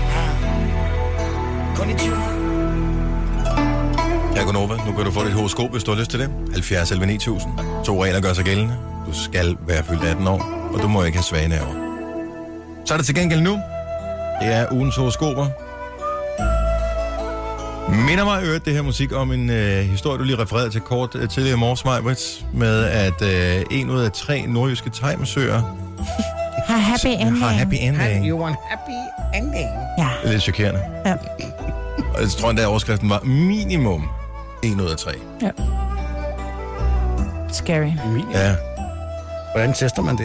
Ja, Gonova. Nu kan du få dit horoskop, hvis du har lyst til det. 70 11 9000. 2 regler gør sig gældende. Du skal være fyldt 18 år, og du må ikke have svage nerver. Så er det til gengæld nu. Det er ugens horoskoper. Minder mig øvrigt det her musik om en historie, du lige refererede til kort tidligere i morges, Majbrits, med at 1 ud af 3 nordjyske thai-massører har happy ending. Har happy ending. You want happy ending. Ja. Det er lidt chokerende. Ja. Og jeg tror endda, at overskriften var minimum 1 ud af 3. Ja. Scary. Ja. Hvordan tester man det?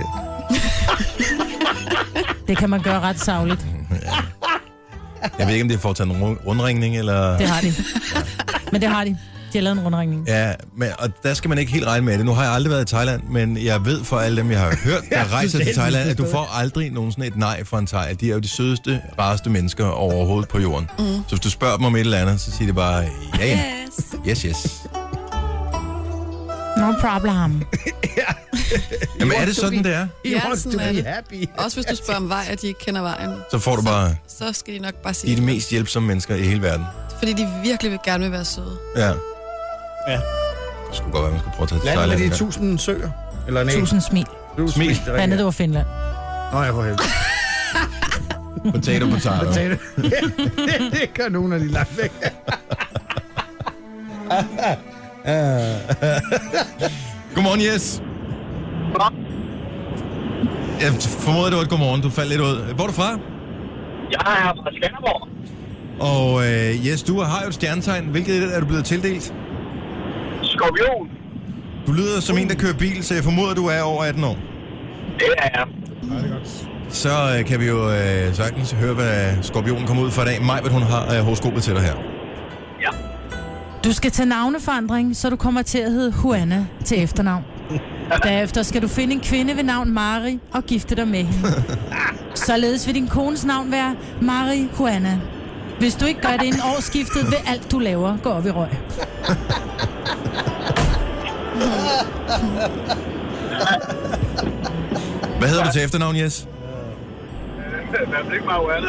Det kan man gøre ret sagligt. Jeg ved ikke, om det er foretaget en rundringning, eller... Det har de. Men det har de. De har lavet en rundringning. Ja, og der skal man ikke helt regne med det. Nu har jeg aldrig været i Thailand, men jeg ved for alle dem, jeg har hørt, der rejser til Thailand, at du får aldrig nogensinde et nej fra en thai. De er jo de sødeste, rareste mennesker overhovedet på jorden. Så hvis du spørger dem om et eller andet, så siger de bare, ja. Yes. No problem. Jamen er det sådan, det er? Ja, sådan er det. Happy. Også hvis du spørger om vej, at de ikke kender vejen. Så får du bare... Så skal de nok bare De sige er de mest hjælpsomme mennesker i hele verden. Fordi de virkelig gerne vil være søde. Ja. Ja. Det skulle godt være, man skulle prøve at tage til Landet med Thailand. de 1000 søer? Eller nej? 1000 smil. Smil. Andet, det var Finland. Nå, jeg får helvede. Potato. Det gør nogen af de langt væk. Godmorgen, Jes. Jeg formoder, det var et godmorgen. Du faldt lidt ud. Hvor er du fra? Jeg er fra Skanderborg. Og yes, du har jo et stjernetegn. Hvilket er du blevet tildelt? Skorpion. Du lyder som en, der kører bil, så jeg formoder, du er over 18 år. Det er jeg. Så kan vi jo sagtens høre, hvad skorpionen kommer ud for i dag. Maj, hvad hun har horoskopet til dig her. Ja. Du skal tage navneforandring, så du kommer til at hedde Juana til efternavn. Derefter skal du finde en kvinde ved navn Mari og gifte dig med hende. Således vil din kones navn være Mari Juana. Hvis du ikke gør det inden årsskiftet, vil alt du laver gå op i røg. Hvad hedder du til efternavn, Jes? Hvad bliver ikke Marihuana?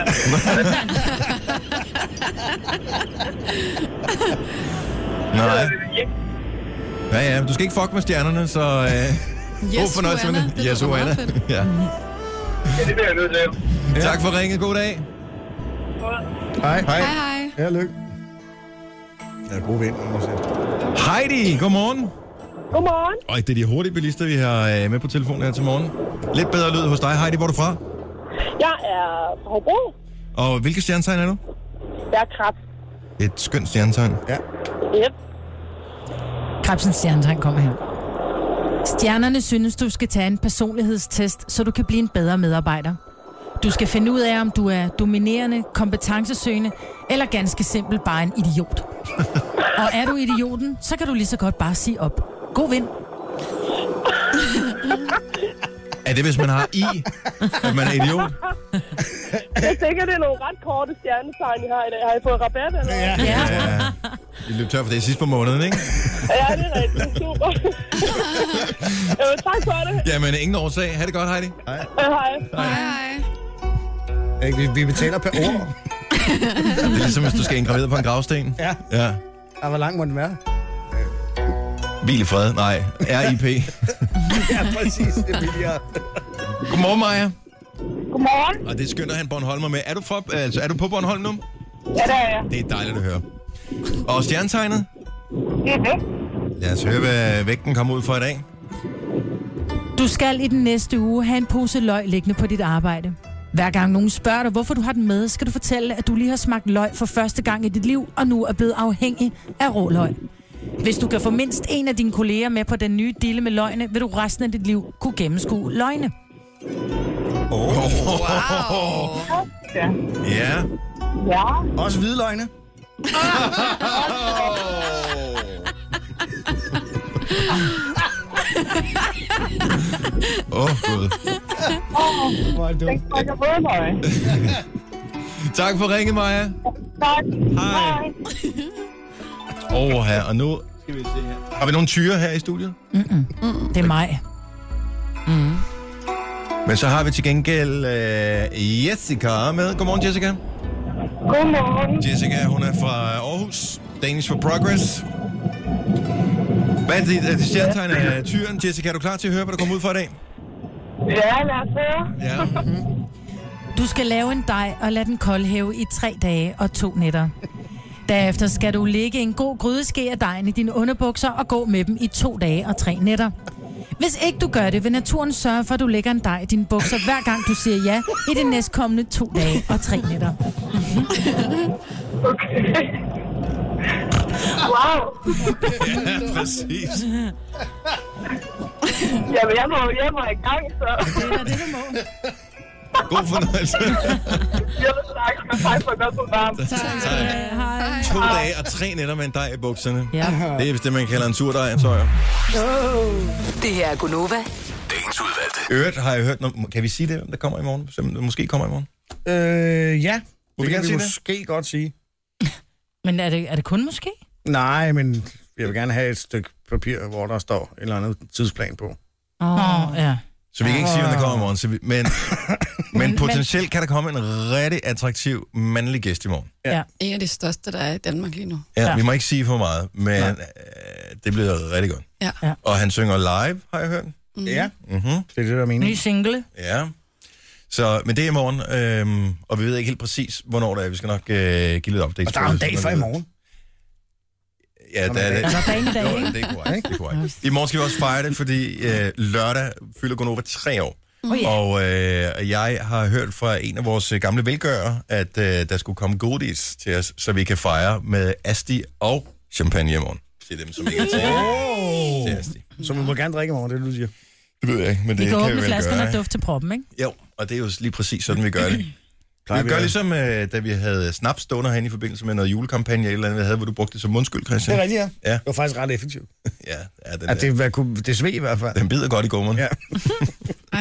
Nej. Ja, du skal ikke fuck med stjernerne, så god fornøjelse med det. Yes, Juana. Ja. Ja, det bliver jeg nødt til. Ja. Tak for ringet. God dag. Hej. Hej, hej. Ja, lykke. Ja, god vind. Heidi, godmorgen. Godmorgen. Øj, det er de hurtige bilister, vi har med på telefonen her til morgen. Lidt bedre lyd hos dig, Heidi. Hvor er du fra? Jeg er fra Hobro. Og hvilket stjernetegn er du? Jeg er Krebs. Et skønt stjernetegn. Ja. Yep. Krebsens stjernetegn kommer her. Stjernerne synes, du skal tage en personlighedstest, så du kan blive en bedre medarbejder. Du skal finde ud af, om du er dominerende, kompetencesøgende, eller ganske simpelt bare en idiot. Og er du idioten, så kan du lige så godt bare sige op. God vind. Er det, hvis man har i, at man er idiot? Jeg tænker, det er nogle ret korte stjernetegn, I har i dag. Har I fået rabat, eller? Ja. Vi løb tør for det sidst på måneden, ikke? Ja, det er rigtigt. Super. Tak for det. Jamen, ingen årsag. Ha' det godt, Heidi. Hej. Hej, hej. Vi betaler per år. Det er ligesom, hvis du skal indgravere på en gravsten. Ja. Ja. Og hvor lang må den være? Hvil i fred. Nej. RIP. Ja, præcis. Det er billigere. Godmorgen, Maja. Godmorgen. Og det er skønt at have en Bornholmer med. Er du på Bornholm nu? Ja, det er jeg. Det er dejligt at høre. Og stjernetegnet? Det er det. Lad os høre, hvad vægten kommer ud for i dag. Du skal i den næste uge have en pose løg liggende på dit arbejde. Hver gang nogen spørger dig, hvorfor du har den med, skal du fortælle, at du lige har smagt løg for første gang i dit liv, og nu er blevet afhængig af rå løg. Hvis du kan få mindst en af dine kolleger med på den nye dille med løgne, vil du resten af dit liv kunne gennemskue løgne. Wow. Ja. Ja. Også hvidløgne. Gud. Hvor er det dumt. Jeg kan få mig. Tak for ringet, Maja. Tak. Hej. Her, og nu skal vi se her. Har vi nogle tyre her i studiet? Det er mig. Men så har vi til gengæld Jessica med. Godmorgen, Jessica. Godmorgen. Jessica, hun er fra Aarhus. Danish for Progress. Hvad er det stjernetegn af tyren? Jessica, er du klar til at høre, hvad der kommer ud for i dag? Ja, lad os høre. Ja. Du skal lave en dej og lade den koldhæve i 3 dage og 2 nætter. Derefter skal du lægge en god grydeske af dejen i dine underbukser og gå med dem i 2 dage og 3 nætter. Hvis ikke du gør det, vil naturen sørge for, at du lægger en dej i dine bukser, hver gang du siger ja i de næstkommende 2 dage og 3 nætter. Okay. Wow. Ja, præcis. Jamen, jeg må i gang, så. Det er det, du må. God fornøjelse. Tak for godt program. Hej. 2 dage og 3 nætter med en dej i bukserne. Ja. Det er vist det, man kalder en surdej, tror jeg. Det her er Gunova. Dagens udvalgte. Øvrigt har jeg hørt, kan vi sige det, hvem der kommer i morgen? Måske kommer i morgen. Ja. Må vi Det gerne kan vi sige det? måske godt sige. Men er det kun måske? Nej, men jeg vil gerne have et stykke papir, hvor der står et eller andet tidsplan på. Ja. Så vi kan ikke sige, hvem der kommer i morgen. Så men potentielt kan der komme en rigtig attraktiv mandlig gæst i morgen. Ja. En af de største, der er i Danmark lige nu. Ja, vi må ikke sige for meget, men det bliver rigtig godt. Ja. Og han synger live, har jeg hørt. Ja, Mhm. det er det, der er meningen. Ny single. Ja. Så, men det er i morgen, og vi ved ikke helt præcis, hvornår det er. Vi skal nok give lidt updates. Og der er en dag før i morgen. Ja, der er det. Der er dagen i dag, Jo, ikke? det er korrekt. I morgen skal vi også fejre det, fordi lørdag fylder Gunova 3 år. Og jeg har hørt fra en af vores gamle velgørere, at der skulle komme godis til os, så vi kan fejre med Asti og champagne i morgen. Det er dem, som ikke er til Asti. Så man må gerne drikke i morgen, det du siger. Det ved jeg ikke, men det Vi kan kan vi åbne vel flaskerne gøre. og dufte til proppen, ikke? Jo, og det er jo lige præcis sådan, vi gør det. Vi gør ligesom, da vi havde snaps stående herinde i forbindelse med noget julekampagne eller andet, vi havde, hvor du brugte det som mundskyld, Christian. Det er rigtigt, Ja. Det var faktisk ret effektivt. Ja, Det sved i hvert fald. den bider godt i gummerne. Ja. Nej.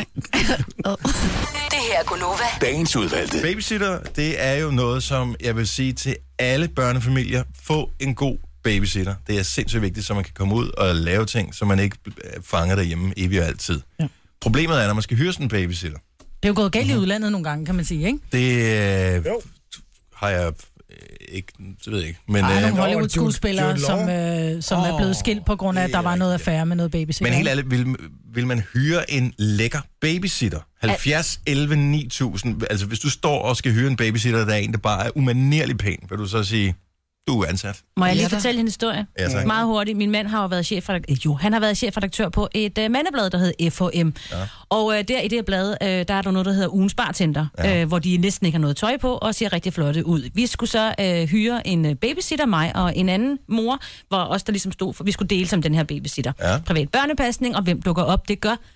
Det her er Gunova. Dagens udvalgte. Babysitter, det er jo noget, som jeg vil sige til alle børnefamilier. Få en god babysitter. Det er sindssygt vigtigt, så man kan komme ud og lave ting, så man ikke fanger derhjemme evigt og altid. Ja. Problemet er, når man skal hyre sådan en babysitter. Det er jo gået galt i udlandet nogle gange, kan man sige, ikke? Det har jeg ikke, det ved jeg ikke. Men, Der er nogle Jude Hollywood-skuespillere, Law. som er blevet skilt på grund af, at der var noget affære med noget babysitter. men helt ærligt, vil man hyre en lækker babysitter? 70, 11, 9000. Altså, hvis du står og skal hyre en babysitter, der er en, der bare er umanerlig pæn, vil du så sige, du er ansat? Må jeg lige Ja da. fortælle en historie? Ja, tak. Meget hurtigt. Min mand har jo været han har været chefredaktør på et mandeblad, der hedder FHM. Ja. Og der i det blad, der er der noget, der hedder Ugens Bartender, hvor de næsten ikke har noget tøj på, og ser rigtig flotte ud. Vi skulle så hyre en babysitter, mig og en anden mor, hvor os der ligesom stod for, vi skulle dele som den her babysitter. Ja. Privat børnepasning, og hvem dukker op, det gør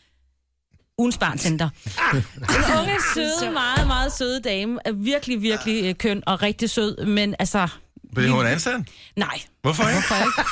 Ugens Bartender. En unge, søde, meget, meget søde dame. Er virkelig, virkelig køn og rigtig sød, men altså... Bliver hun ansat? Nej. Hvorfor ikke?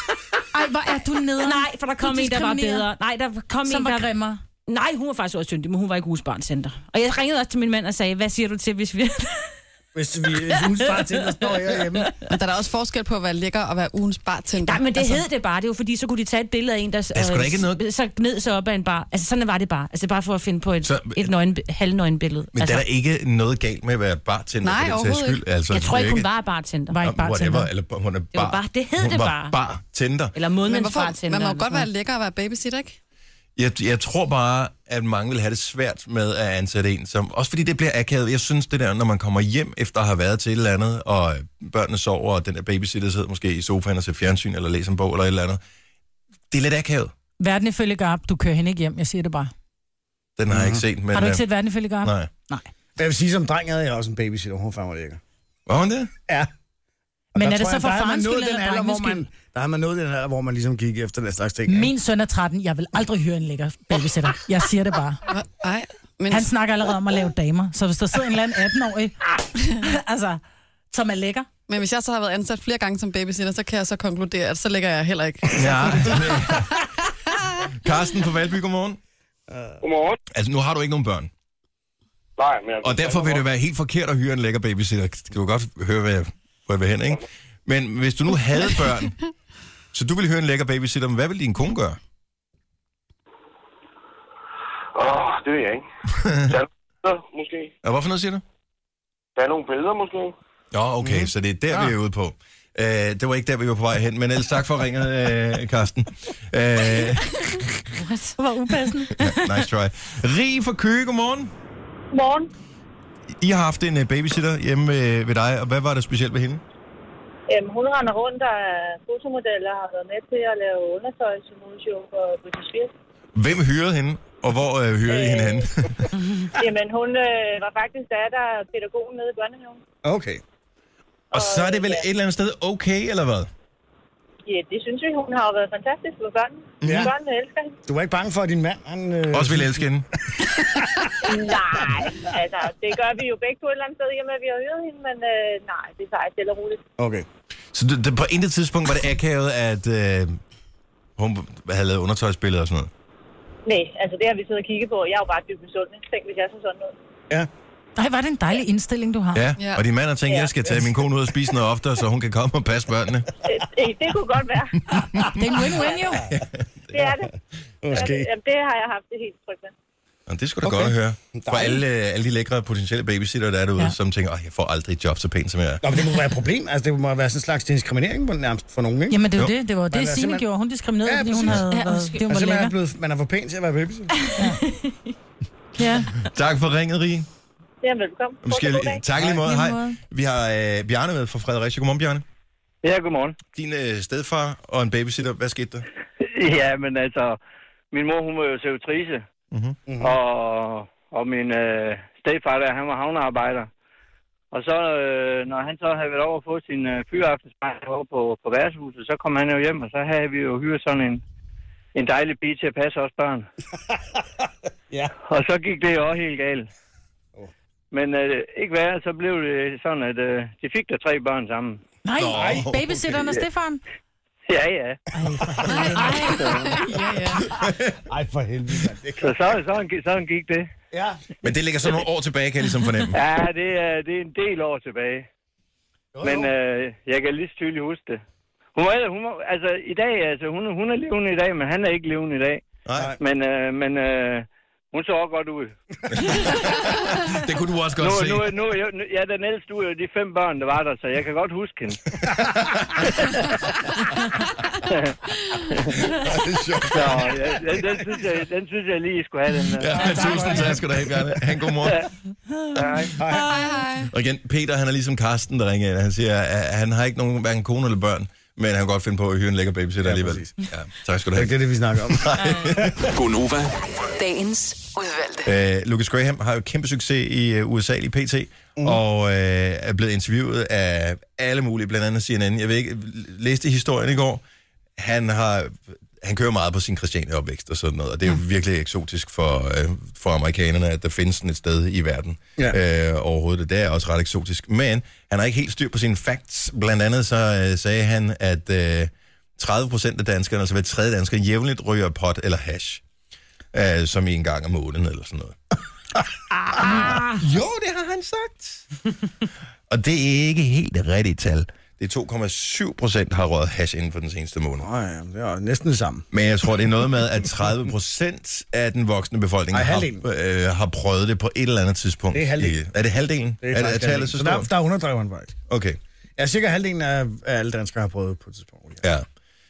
Ej, hvor er du nede? Nej, for der kom en, der var bedre. Nej, der kom Som en, var der... grimmere. Nej, hun var faktisk også syndig, men hun var ikke Ugens Bartender. Og jeg ringede også til min mand og sagde, hvad siger du til, hvis vi... Hvis ugens bartender står herhjemme. Men der er da også forskel på at være lækker og være ugens bartender. Nej, men det hed det bare. Det var fordi, så kunne de tage et billede af en, der sgu da ikke noget- så ned så op af en bar. Altså, sådan var det bare. Altså, bare for at finde på et Så- halvnøgenbillede. Men Altså, der er der ikke noget galt med at være bartender. Nej, for den sags overhovedet skyld. Altså, jeg tror det er ikke, hun var bartender. Var ikke bartender. Whatever, eller hun er var bar. bare- det hed hun det var bare. bartender. Eller Men månedens hvorfor? bartender. Man må jo eller godt sådan være noget. lækker og være babysitter, ikke? Jeg tror bare, at mange vil have det svært med at ansætte en, som, også fordi det bliver akavet. Jeg synes det der, når man kommer hjem efter at have været til et eller andet, og børnene sover, og den der babysitter sidder måske i sofaen og ser fjernsyn, eller læser en bog, eller et eller andet. Det er lidt akavet. Verden ifølge Garp, du kører hende ikke hjem, jeg siger det bare. Den har jeg ikke set, men... Har du ikke set Verden ifølge Garp? Nej. Jeg vil sige, som dreng havde jeg også en babysitter. Hun var fandme lækker. Var hun det? Ja. Men der er det tror så jeg, for der havde man farens nået skyld den eller alder, drengens hvor skyld? der har man nået den alder, hvor man ligesom gik efter den slags ting. ikke? Min søn er 13, jeg vil aldrig hyre en lækker babysitter. Jeg siger det bare. Nej, men Han snakker allerede om at lave damer, så hvis der sidder en eller anden 18-årig, altså, som er lækker. Men hvis jeg så har været ansat flere gange som babysitter, så kan jeg så konkludere, at så lægger jeg heller ikke. Ja. Karsten på Valby, godmorgen. Godmorgen. Altså, nu har du ikke nogen børn. Nej, men... Og derfor vil det være helt forkert at hyre en lækker babysitter. Du kan godt høre, hvor jeg vil hen, ikke? Men hvis du nu havde børn, så du ville høre en lækker babysitter, men hvad ville din kone gøre? Det ved jeg ikke. Der er nogle billeder, måske. Og hvorfor noget siger du? Der er nogle billeder, måske. Ja, okay, så det er der, vi er ude på. Det var ikke der, vi var på vej hen, men ellers tak for ringet, Karsten. Det var upassende. Nice try. Rie fra Køge, godmorgen. Morgen. I har haft en babysitter hjemme ved dig, og hvad var det specielt ved hende? Hun render rundt og er fotomodeller og har været med til at lave undertøjsmodeshow for Britney Spears. Hvem hyrede hende, og hvor hyrede I hende hen? Jamen, hun var faktisk datter af pædagogen nede i børnehaven. Okay. Og så er det vel et eller andet sted okay, eller hvad? Ja, det synes vi. Hun har jo været fantastisk for børnene. Ja. Børnene elsker hende. Du var ikke bange for, at din mand... Han, Også ville elske hende. Nej, altså, det gør vi jo begge på et eller andet sted, i og med at vi har hørt hende, men nej, det tager jeg stille og roligt. Okay. Så på intet tidspunkt var det akavet, at hun havde lavet undertøjsbilleder og sådan noget? Nej, altså det har vi siddet og kigget på. Jeg er jo bare dybt misundelig. Tænk, hvis jeg så sådan noget. Ja. Nej, var det en dejlig indstilling, du har. Ja, Ja. og din mand har tænkt, at jeg skal tage min kone ud og spise noget oftere, så hun kan komme og passe børnene. Det kunne godt være. Det er en win-win, jo. Det er det. Måske. Jamen, det har jeg haft det helt trygt med. Og det skulle da godt at høre. For alle de lækre potentielle babysitter, der er derude, som tænker, jeg får aldrig et job så pænt som jeg er. Nå, men det må være et problem. Altså, det må være sådan en slags diskriminering på nærmest for nogen, ikke? Jamen, det er Jo. jo det. Det var Man det, er Signe simpelthen- gjorde. Hun diskriminerede, Ja, fordi hun præcis. havde Ja, været, undskyld. det, hun Altså, var lækker. man er for pæn til at være babysitter. Ja. Tak for ringet, Rie. Ja, velkommen. Tak lige måde. Lige Hej. måde. Vi har Bjarne med fra Fredericia. Godmorgen, Bjarne. Ja, godmorgen. Din stedfar og en babysitter. Hvad skete der? Ja, men altså, min mor, hun var jo servitrice. Mhm. Og og min stedfar der, han var havnearbejder. Og så, når han så havde været over på sin fyraftensmand over på værtshuset, så kom han jo hjem, og så havde vi jo hyret sådan en dejlig pige til at passe os børn. Ja. Og så gik det jo også helt galt. Men ikke værre, så blev det sådan, at de fik der 3 børn sammen. Nej, babysitteren og Stefan? Ja. Ej, for helvede. Så sådan gik det. Ja. Men det ligger så nogle år tilbage, kan jeg ligesom fornemme. Ja, det er en del år tilbage. Men jeg kan lige så tydeligt huske det. Hun var, altså i dag, altså hun er levende i dag, men han er ikke levende i dag. Nej. Men hun så også godt ud. Det kunne du også godt se. Ja, den ældste ud af de 5 børn, der var der, så jeg kan godt huske hende. Det er sjovt. Så den synes jeg lige, I skulle have den. Ja, tusind tak skal du have, Bjarne. Ha' en god morgen. Hej. Og igen, Peter, han er ligesom Karsten, der ringer ind. Han siger, at han har ikke nogen hverken kone eller børn, men han kan godt finde på at hyre en lækker babysitter alligevel. Ja, tak skal du have. Det er det, vi snakker om. Gonova. Dagens udvalgte. Lucas Graham har jo kæmpe succes i USA i PT, og er blevet interviewet af alle mulige, blandt andet CNN. Jeg ved ikke, læste historien i går. Han kører meget på sin Christiania-opvækst og sådan noget, og det er jo virkelig eksotisk for amerikanerne, at der findes sådan et sted i verden overhovedet. Det er også ret eksotisk, men han har ikke helt styr på sine facts. Blandt andet så sagde han, at 30% af danskerne, altså hver tredje dansker, jævnligt ryger pot eller hash, som i en gang om måneden eller sådan noget. Jo, det har han sagt. Og det er ikke helt det rigtige tal. Det er 2,7% har røget hash inden for den seneste måned. Ja, det er næsten det samme. Men jeg tror, det er noget med, at 30% af den voksne befolkning har prøvet det på et eller andet tidspunkt. Det er halvdelen. Er det halvdelen? Det er tallet så stort? Der underdriver han faktisk. Okay. Ja, cirka halvdelen af alle danskere har prøvet på et tidspunkt. Ja.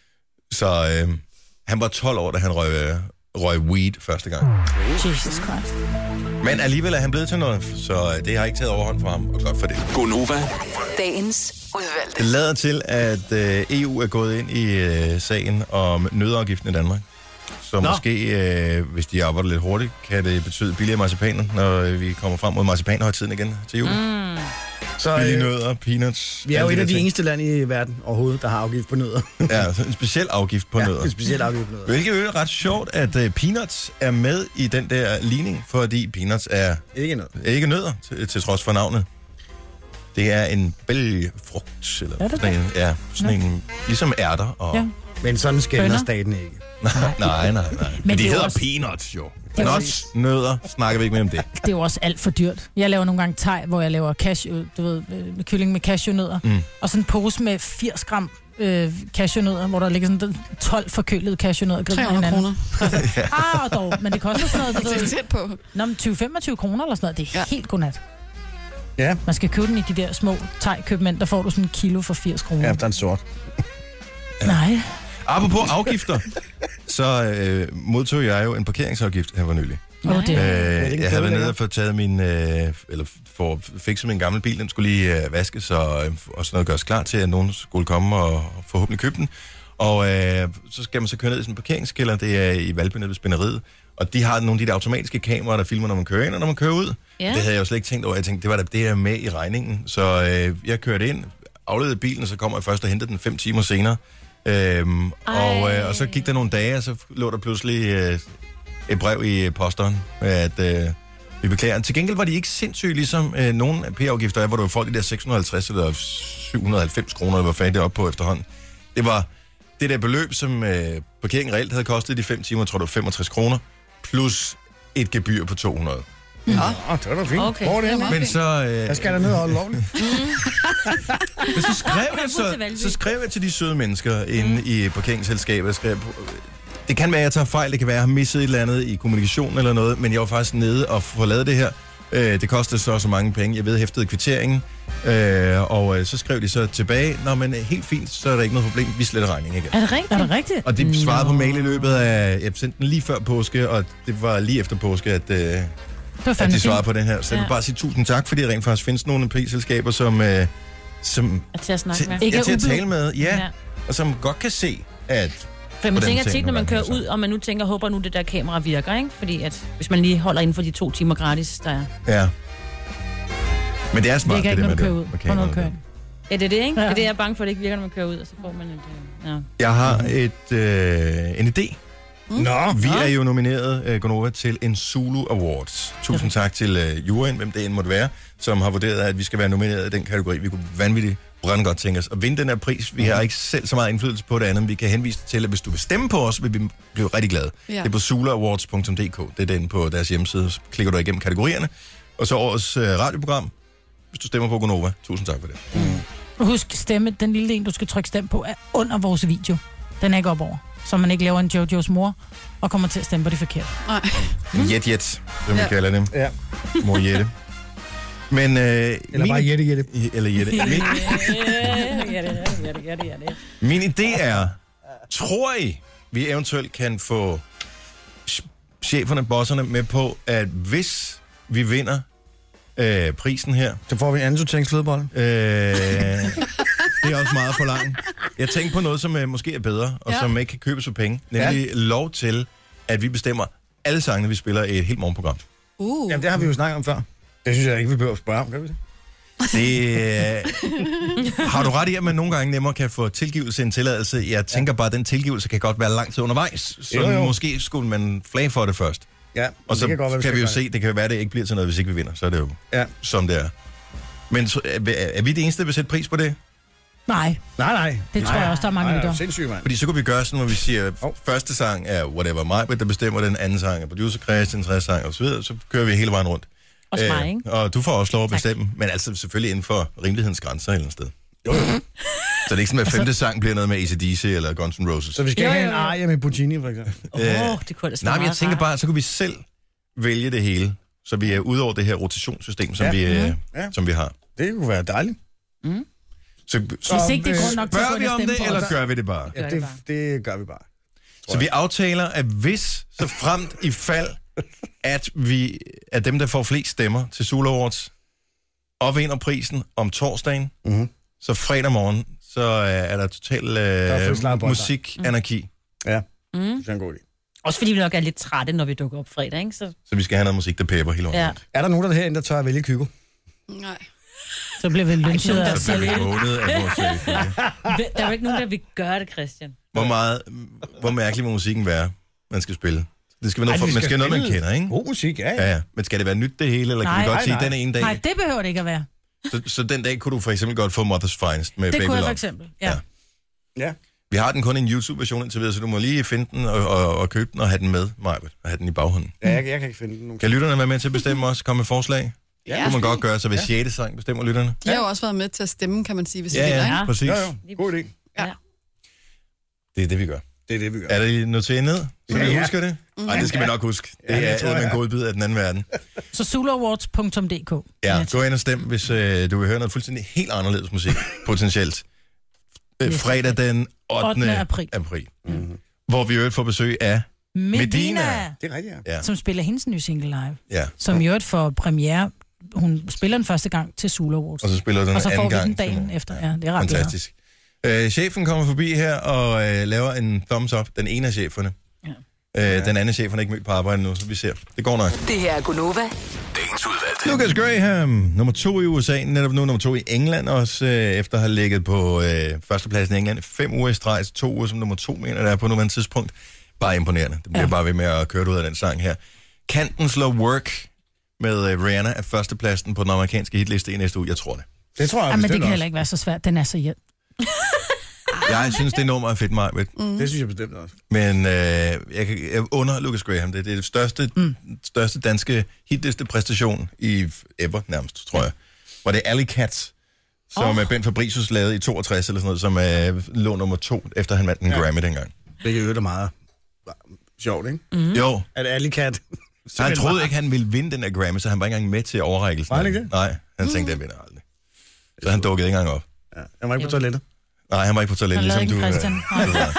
Så han var 12 år, da han røg weed første gang. Jesus Christ. Men alligevel er han blevet til noget, så det har ikke taget overhånd for ham, og godt for det. Gonova. Dagens udvalgte. Det lader til, at EU er gået ind i sagen om nøddeafgiften i Danmark. Så måske, hvis de arbejder lidt hurtigt, kan det betyde billigere marcipaner, når vi kommer frem mod marcipanhøjtiden igen til jul. Så billige nødder, peanuts. Vi er jo et af de eneste lande i verden overhovedet, der har afgift på nødder. Ja, så en speciel afgift på nødder. En speciel afgift på nødder. Hvilket er ret sjovt, at peanuts er med i den der ligning, fordi peanuts er ikke nødder til trods for navnet. Det er en bælgefrugt, eller sådan en, ligesom ærter. Og... Men sådan skænder staten ikke. Nej. Men de hedder også... peanuts, jo. Nuts, nødder, snakker vi ikke mere om det. Det er jo også alt for dyrt. Jeg laver nogle gange thai, hvor jeg laver kylling med cashewnødder. Og sådan en pose med 80 gram cashewnødder, hvor der ligger sådan 12 forkølede cashewnødder. 300 kroner. Dog, men det koster sådan noget. Det er tæt på. Nå, 20-25 kroner eller sådan noget. Det er helt godnat. Ja. Man skal købe den i de der små thai-købmænd, der får du sådan en kilo for 80 kroner. Ja, der er en sort. Nej. Apropos afgifter, så modtog jeg jo en parkeringsafgift her for nylig. Jeg havde været nede og fået taget for fikset min gamle bil. Den skulle lige vaskes og sådan noget gøres klar til, at nogen skulle komme og forhåbentlig købe den. Og så skal man så køre ned i sådan en parkeringskælder. Det er i Valby nede ved Spænderiet. Og de har nogle af de der automatiske kameraer, der filmer, når man kører ind og når man kører ud. Ja. Det havde jeg jo slet ikke tænkt over. Jeg tænkte, det er med i regningen. Så jeg kørte ind, afleverede bilen, og så kommer jeg først og hentede den 5 timer senere. Og så gik der nogle dage, og så lå der pludselig et brev i posteren, at vi beklager. Til gengæld var de ikke sindssygt ligesom nogle af P-afgifter, hvor du får de der 650 eller 790 kroner, der var færdigt op på efterhånden. Det var det der beløb, som parkeringen reelt havde kostet de 5 timer, tror du, 65 kroner, plus et gebyr på 200. Ja, det var da fint. Okay. Men så... Jeg skal der ned og holde lovligt. Men så skrev jeg til de søde mennesker inde i parkeringsselskabet. Det kan være, at jeg tager fejl. Det kan være, at jeg har misset et eller andet i kommunikationen eller noget. Men jeg var faktisk nede og få lavet det her. Det kostede så mange penge. Jeg vedhæftede kvitteringen. Og så skrev de så tilbage. Nå, men helt fint, så er der ikke noget problem. Vi sletter regningen igen. Er det rigtigt? Og de svarede på mail i løbet af... Jeg sendte den lige før påske, og det var lige efter påske, at de svarede på den her. Så jeg vil bare sige tusind tak, fordi der rent faktisk findes nogle prisselskaber, som er til at snakke med. Ikke til at tale med, og som godt kan se, at For man den tænker ting tit, når man nogle kører gange, ud, og man nu tænker, håber nu det der kamera virker, ikke? Fordi at hvis man lige holder inden for de 2 timer gratis, der er. Ja. Men det er smart, Det kan ikke, når du kører ud. med På noget kameraet. kører. Ja, det er det, ikke? Ja. Det er det, jeg er bange for, at det ikke virker, når man kører ud, og så får man et... Ja. Jeg har en idé. Nå, Vi er jo nomineret, Gonova, til en Zulu Awards. Tusind tak til juryen, hvem det end måtte være, som har vurderet, at vi skal være nomineret i den kategori. Vi kunne vanvittigt brænde godt tænke os at vinde den her pris. Vi har ikke selv så meget indflydelse på det andet, vi kan henvise til, at hvis du vil stemme på os, vil vi blive rigtig glade. Ja. Det er på zulaawards.dk. Det er den på deres hjemmeside. Så klikker du igennem kategorierne. Og så årets radioprogram, hvis du stemmer på Gonova. Tusind tak for det. Husk, stemme, den lille en, du skal trykke stemme på, er under vores video. Den er ikke op over. Så man ikke laver en Jojos mor, og kommer til at stemme på det forkert. Nej. Jet, som vi kalder dem. Ja. Mor Jette. Men, Eller bare Jette. Eller Jette. Min idé er, tror I, vi eventuelt kan få cheferne, bosserne med på, at hvis vi vinder prisen her... Så får vi en anden sorteringsflødebolle. Det er også meget for langt. Jeg tænker på noget, som måske er bedre, og som ikke kan købes for penge. Nemlig lov til, at vi bestemmer alle sangene, vi spiller i et helt morgenprogram. Jamen, det har vi jo snakket om før. Det synes jeg ikke, vi behøver at spørge om, kan vi det? Har du ret i, at man nogle gange nemmere kan få tilgivelse end tilladelse? Jeg tænker bare, at den tilgivelse kan godt være lang tid undervejs. Så Jo. måske skulle man flage for det først. Ja, Og så det kan, godt være, kan vi jo se, det kan være, at det ikke bliver til noget, hvis ikke vi vinder. Så er det jo som det er. Men så, er vi det eneste, der vil sætte pris på det? Nej, Nej. det tror jeg også, der er mange lytter. Sindssygt, mand. Fordi så kunne vi gøre sådan, hvor vi siger, første sang er Whatever Mig, der bestemmer den, anden sang er Producer Christian, tredje sang og så videre. Så kører vi hele vejen rundt. Også mig, ikke? Og du får også lov at bestemme, men altså selvfølgelig inden for rimelighedens grænser et eller andet sted. Jo. Så det er ikke sådan, at femte sang bliver noget med AC/DC eller Guns N' Roses. Så vi skal have en aria med Puccini, for eksempel. Det kunne da Nej, men jeg tænker bare, så kunne vi selv vælge det hele, så vi er ude over det her rotationssystem, som, som vi har. Det kunne være dejligt. Så Hvis ikke det er grund nok til at spørger gå vi ind og om stemme det, på eller os. gør vi det bare? Ja, det gør vi bare. Så vi aftaler, at hvis, så fremt i fald, at vi er dem, der får flest stemmer til Zulu Awards, og vinder prisen om torsdagen, så fredag morgen, så er der total musikanarki. Ja, det er en god idé. Også fordi vi nok er lidt trætte, når vi dukker op fredag, ikke? Så Så vi skal have noget musik, der pæber hele året. ja. Er der nogen der herinde, der tør at vælge Kygo? Nej. Så bliver vi lynchet af Så bliver vi hånet af vores Der er jo ikke nogen, der vil gøre det, Christian. Hvor mærkelig må musikken være, man skal spille? Det skal være noget, man skal noget, man kender, ikke? God musik, ja. Ja. Men skal det være nyt det hele, eller kan vi godt sige, den ene dag? Nej, det behøver det ikke at være. Så den dag kunne du for eksempel godt få Mother's Finest med Det Baby kunne jeg Love. for eksempel, ja. Ja. Vi har den kun i en YouTube-version indtil videre, så du må lige finde den og købe den og have den med, Majbert, og have den i baghånden. Ja, jeg kan ikke finde den nogen. Kan lytterne være med til at bestemme også? Komme med forslag? Ja. Det kunne man godt gøre, så hvis 6. sang bestemmer lytterne. De har jo også været med til at stemme, kan man sige, hvis de vinder, ikke? Præcis. Jo. God idé. Ja. Det er det, vi gør. Det er det, vi gør. Er der noteret ned? Så vi husker det? Nej, det skal vi nok huske. Det er en god bid af den anden verden. Så zulaawards.dk. Ja, gå ind og stem, hvis du vil høre noget fuldstændig helt anderledes musik, potentielt. Fredag den 8. april. Hvor vi øvrigt får besøg af Medina. Det er rigtigt, Ja. Som spiller hendes nye single live. Ja. Som i øvrigt får premiere. Hun spiller den første gang til Zulu Awards. Og så spiller den og så anden får vi gang den dagen efter. Ja, det er ret fantastisk. Chefen kommer forbi her og laver en thumbs up. Den ene af cheferne. Ja. Den anden chef er ikke mødt på arbejde nu, så vi ser. Det går nok. Det her er Gunova. Dagens udvalgte. Lucas Graham, nummer 2 i USA, netop nu nummer 2 i England, også efter at have ligget på førstepladsen i England 5 uger i streg, 2 uger som nummer 2, mener det er på nuværende tidspunkt. Bare imponerende. Det bliver bare ved med at køre ud af den sang her. Kan den slå Work med Rihanna af førstepladsen på den amerikanske hitliste i næste uge? Jeg tror det. Det tror jeg. Ja, men det kan heller ikke være så svært. Den er så hjælp. Jeg synes, det nummer er fedt, Majbet. Det synes jeg bestemt også. Men jeg under Lucas Graham. Det er det største danske hitliste præstation i ever, nærmest, tror jeg. Hvor det er Alley Cat, som Ben Fabricius lavede i 62 eller sådan noget, som lå nummer 2, efter han vandt en Grammy dengang. Det kan jo da meget sjovt, ikke? Jo. At Alley Cat... Så han troede ikke, han ville vinde den der Grammy, så han var ikke engang med til overrækkelsen. Var han ikke det? Nej, han tænkte, jeg vinder aldrig. Så han dukkede ikke engang op. Ja, han var ikke på toilettet. Nej, han var ikke på toilettet, Han ligesom lavede du. ikke Christian.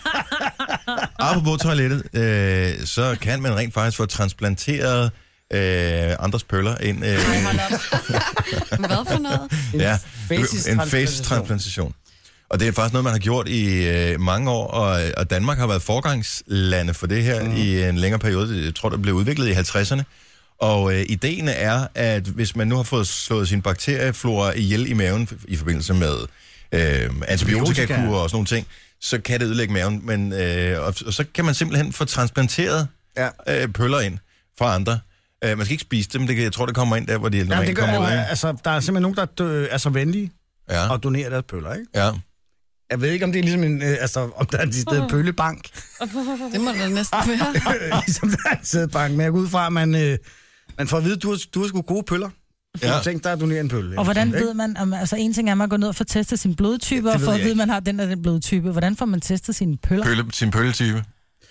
Apropos toilettet, så kan man rent faktisk få transplanteret andres pøller ind. Hvad for noget? Ja, en facetransplantation. face-transplantation. Og det er faktisk noget, man har gjort i mange år, og Danmark har været forgangslande for det her i en længere periode. Jeg tror, det blev udviklet i 50'erne. Og ideen er, at hvis man nu har fået slået sin bakterieflora ihjel i maven i forbindelse med antibiotikakur og sådan nogle ting, så kan det ødelægge maven. Men, og så kan man simpelthen få transplanteret pøller ind fra andre. Man skal ikke spise dem, jeg tror, det kommer ind der, hvor de normalt kommer ud. Altså, der er simpelthen nogen, der er så venlige og donerer deres pøller, ikke? Ja. Jeg ved ikke, om det er ligesom en, om der er en sted pøllebank. Det må det næsten være. Ligesom der er en sædbank, men jeg går ud fra, at man får at vide, du har sgu gode pøller. Ja. Jeg tænkte dig at donere en pølle. Og hvordan ved man, altså en ting er, at man går ned og får testet sin blodtype, og for at vide, at man har den blodtype. Hvordan får man testet sine pøller? Sin pølletype?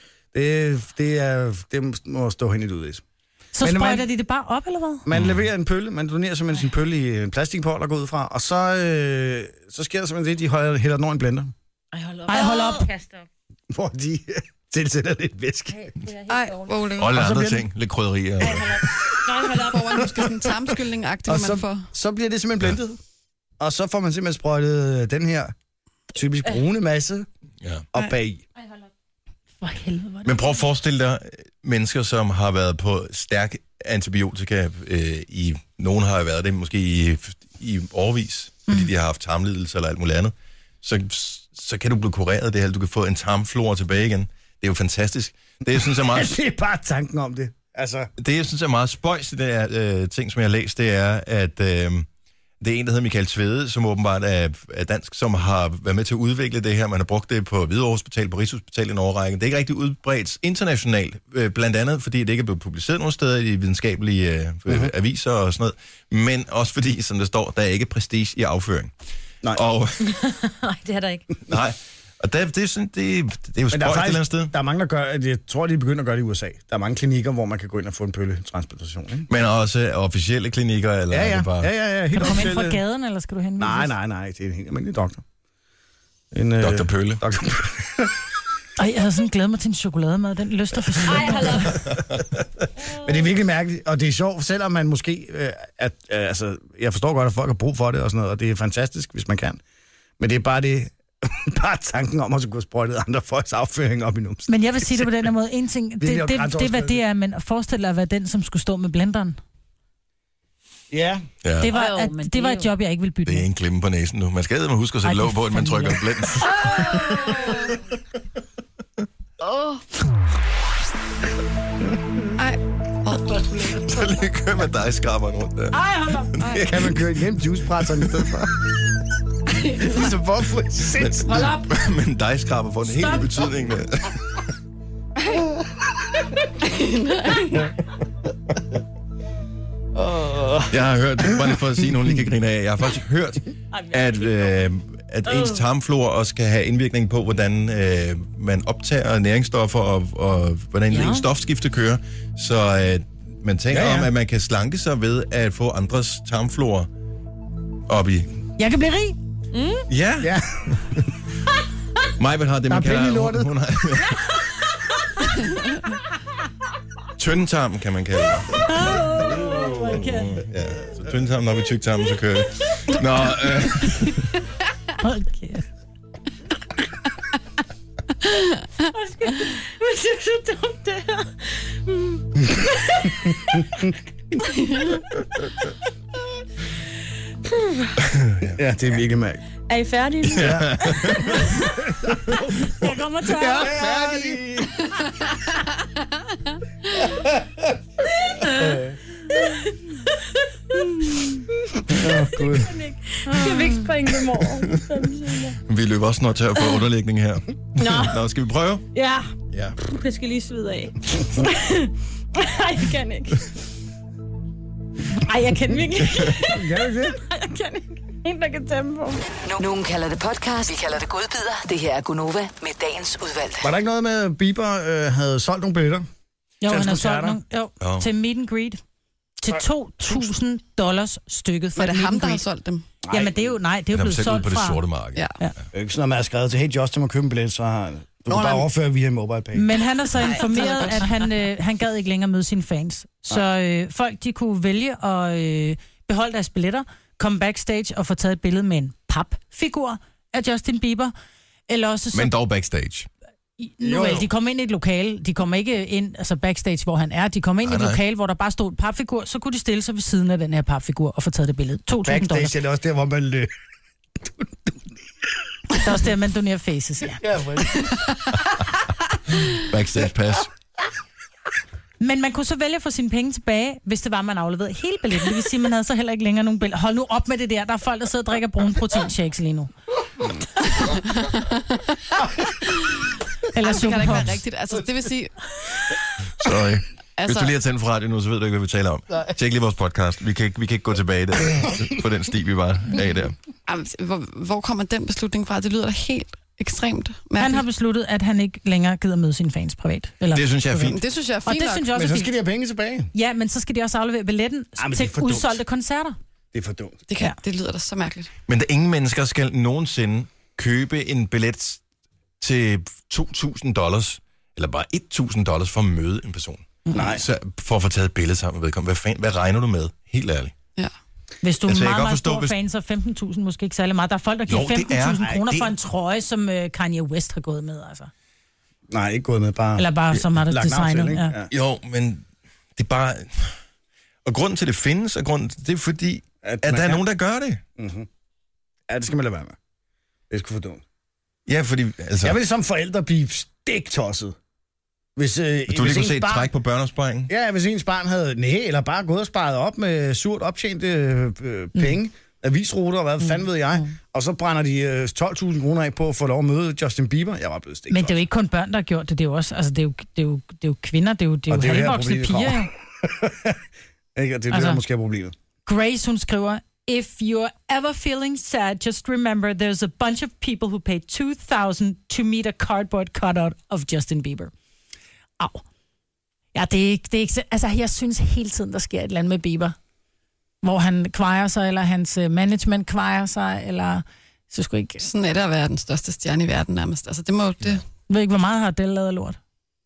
Det må stå hen i et udvis. Så sprøjter de det bare op, eller hvad? Man leverer en pølle, man donerer simpelthen sin pølle i en plastikpål og går ud fra, og så sker der simpelthen det, de hælder den over en blender. Ej, hold op. Hvor de tilsætter lidt væske. Ej, hvor længe. Og andre ting, lidt krydderier. Nej, hold op. Hvor man måske sådan en tarmskyldning-agtigt, man får. Så bliver det simpelthen blendet, og så får man simpelthen sprøjtet den her typisk brune masse op bag. For helvede, var det. Men prøv at forestille dig mennesker, som har været på stærk antibiotika. Nogen har været det måske i årevis, fordi de har haft tarmlidelse eller alt muligt andet. Så kan du blive kureret af det her. Du kan få en tarmflora tilbage igen. Det er jo fantastisk. Det, jeg synes er meget... det er bare tanken om det. Altså... Det, jeg synes er meget spøjs i det her ting, som jeg har læst, det er, at... Det er en, der hedder Michael Tvede, som åbenbart er dansk, som har været med til at udvikle det her. Man har brugt det på Hvidovre Hospital, på Rigshospitalet i en årrække. Det er ikke rigtig udbredt internationalt, blandt andet fordi det ikke er blevet publiceret nogen steder i videnskabelige aviser og sådan noget. Men også fordi, som der står, der er ikke prestige i afføring. Nej. Nej, det er der ikke. Nej. Og det er jo spøjt et eller andet sted. Der er mange, der gør, at jeg tror, de begynder at gøre det i USA. Der er mange klinikker, hvor man kan gå ind og få en pølletransplantation. Ikke? Men også officielle klinikker? Eller ja. Er det bare... ja. Kan du komme ind fra gaden, eller skal du henvises? Nej. Det er en helt almindelig doktor. Dr. Pølle. Ej, jeg havde sådan glædet mig til en chokolademad. Den lyster for sådan. Ej, hold op. Men det er virkelig mærkeligt, og det er sjovt, selvom man måske... altså, jeg forstår godt, at folk har brug for det og sådan noget, og det er fantastisk, hvis man kan. Men det er bare det... bare tanken om at skulle sprøjte andre folks afføring op i numsen. Men jeg vil sige det på den her måde. En ting, det hvad det er, men forestil dig at være den, som skulle stå med blenderen. Ja. Det var et job, jeg ikke ville bytte. Det er en klemme på næsen nu. Man skal med huske at sætte låg på, at man trykker en blend. Så lige kører med dig skraberen rundt der. Ej, hold op. Kan man køre hjem juicepresseren i stedet for? Ligesom hvorfor sinds. Hold op. Men dig skraber får en helt ny betydning. Jeg har hørt, bare lige for at sige, nogen lige kan grine af. Jeg har faktisk hørt, at ens tarmflora også kan have indvirkning på, hvordan man optager næringsstoffer, og hvordan ens stofskifte kører. Så man tænker om, at man kan slanke sig ved at få andres tarmflora op i. Jeg kan blive rig. Ja. Majbert har det, man kalder... Hun har... Tyndtarm, kan man kalde det. Ja, så tyndtarmen op i tyktarmen, så kører det. Nå, Okay. Men det er så dumt, det her. Ja, det er virkelig mærkeligt. Er I færdige? Ja. Jeg kommer til at... Jeg er færdig. Gud. Kan vi ikke springe dem over? Vi løber også snart tør for underlægning her. Nå, skal vi prøve? Ja. Ja. Jeg skal lige svide af. Ej, jeg kan ikke. Ej, jeg kan ikke. Kan du det? Ej, jeg kan ikke. En, der kan tæmme på. Nogen kalder det podcast, vi kalder det godbidder. Det her er Gunova med dagens udvalgte. Var der ikke noget med, at Bieber havde solgt nogle billetter? Jo, han har solgt nogle, til meet and greet. Til $2,000 stykket. Var det ham, der har solgt dem? Jamen, det er jo, det er jo blevet solgt på det fra... sorte marked. Ja. Det er ikke sådan noget, man har skrevet til, hey Justin, må købe en billet, så har du kan bare overføre via MobilePay. Men han har så informeret, at han gad ikke længere møde sine fans. Så folk, de kunne vælge at beholde deres billetter, komme backstage og få taget et billede med en papfigur, af Justin Bieber, eller også... Men dog backstage. Nu vel, de kommer ind i et lokale, de kommer ikke ind, altså backstage, hvor han er, de kommer ind i et lokale, hvor der bare stod en papfigur, så kunne de stille sig ved siden af den her papfigur og få taget det billede. $2,000. Backstage er det også der, hvor man Det er også der, man donerer faces, ja. Backstage pass. Men man kunne så vælge at få sine penge tilbage, hvis det var, man afleverede hele billetten. Det vil sige, at man havde så heller ikke længere nogen billeder. Hold nu op med det der. Der er folk, der sidder og drikker brune proteinshakes lige nu. Eller det kan da ikke være rigtigt. Altså, det vil sige... Sorry. Hvis du lige har tændt for radio nu, så ved du ikke, hvad vi taler om. Tjek lige vores podcast. Vi kan ikke gå tilbage der, på den sti, vi var af der. Hvor kommer den beslutning fra? Det lyder da helt ekstremt mærkeligt. Han har besluttet, at han ikke længere gider møde sine fans privat. Eller det synes jeg er fint. Det synes jeg er fint. Og det synes jeg også men så skal de have penge tilbage. Ja, men så skal de også aflevere billetten til udsolgte koncerter. Det er for dumt. Det lyder da så mærkeligt. Men der ingen mennesker skal nogensinde købe en billet til $2,000, eller bare $1,000 for at møde en person. Nej. Så for at få taget et billede sammen med vedkommende. Hvad regner du med? Helt ærligt. Ja. Hvis du er meget stor fan, så 15.000 måske ikke særlig meget. Der er folk, der giver 15.000 kroner for en trøje, som Kanye West har gået med, altså. Nej, ikke gået med, bare... Eller bare, som har det designet. Ja. Jo, men det er bare... Og grunden til, det findes, det er fordi, at der er nogen, der gør det. Mm-hmm. Ja, det skal man lade være med. Det er sgu for dumt. Ja, fordi... Altså... Jeg vil som forælder blive stiktosset. Hvis du lige kunne se et træk på børneopsparingen? Ja, hvis ens barn havde eller bare gået og sparet op med surt optjente penge, avisruter og hvad fanden ved jeg, og så brænder de 12.000 kroner af på at få lov at møde Justin Bieber. Jeg var blevet stiktosset. Men det er jo ikke kun børn, der har gjort det. Det er jo også, altså det er jo kvinder, det er jo halvvoksne piger, jo. Ikke, det er det, der måske er problemet. Grace, hun skriver, if you're ever feeling sad, just remember there's a bunch of people who paid $2,000 to meet a cardboard cutout of Justin Bieber. Au. Ja, det er ikke... Altså, jeg synes hele tiden, der sker et eller andet med Bieber. Hvor han kvejer sig, eller hans management kvejer sig, eller... Så skulle ikke... Sådan er det at være den største stjerne i verden nærmest. Altså, det må... Det... Jeg ved ikke, hvor meget har Adele lavet af lort?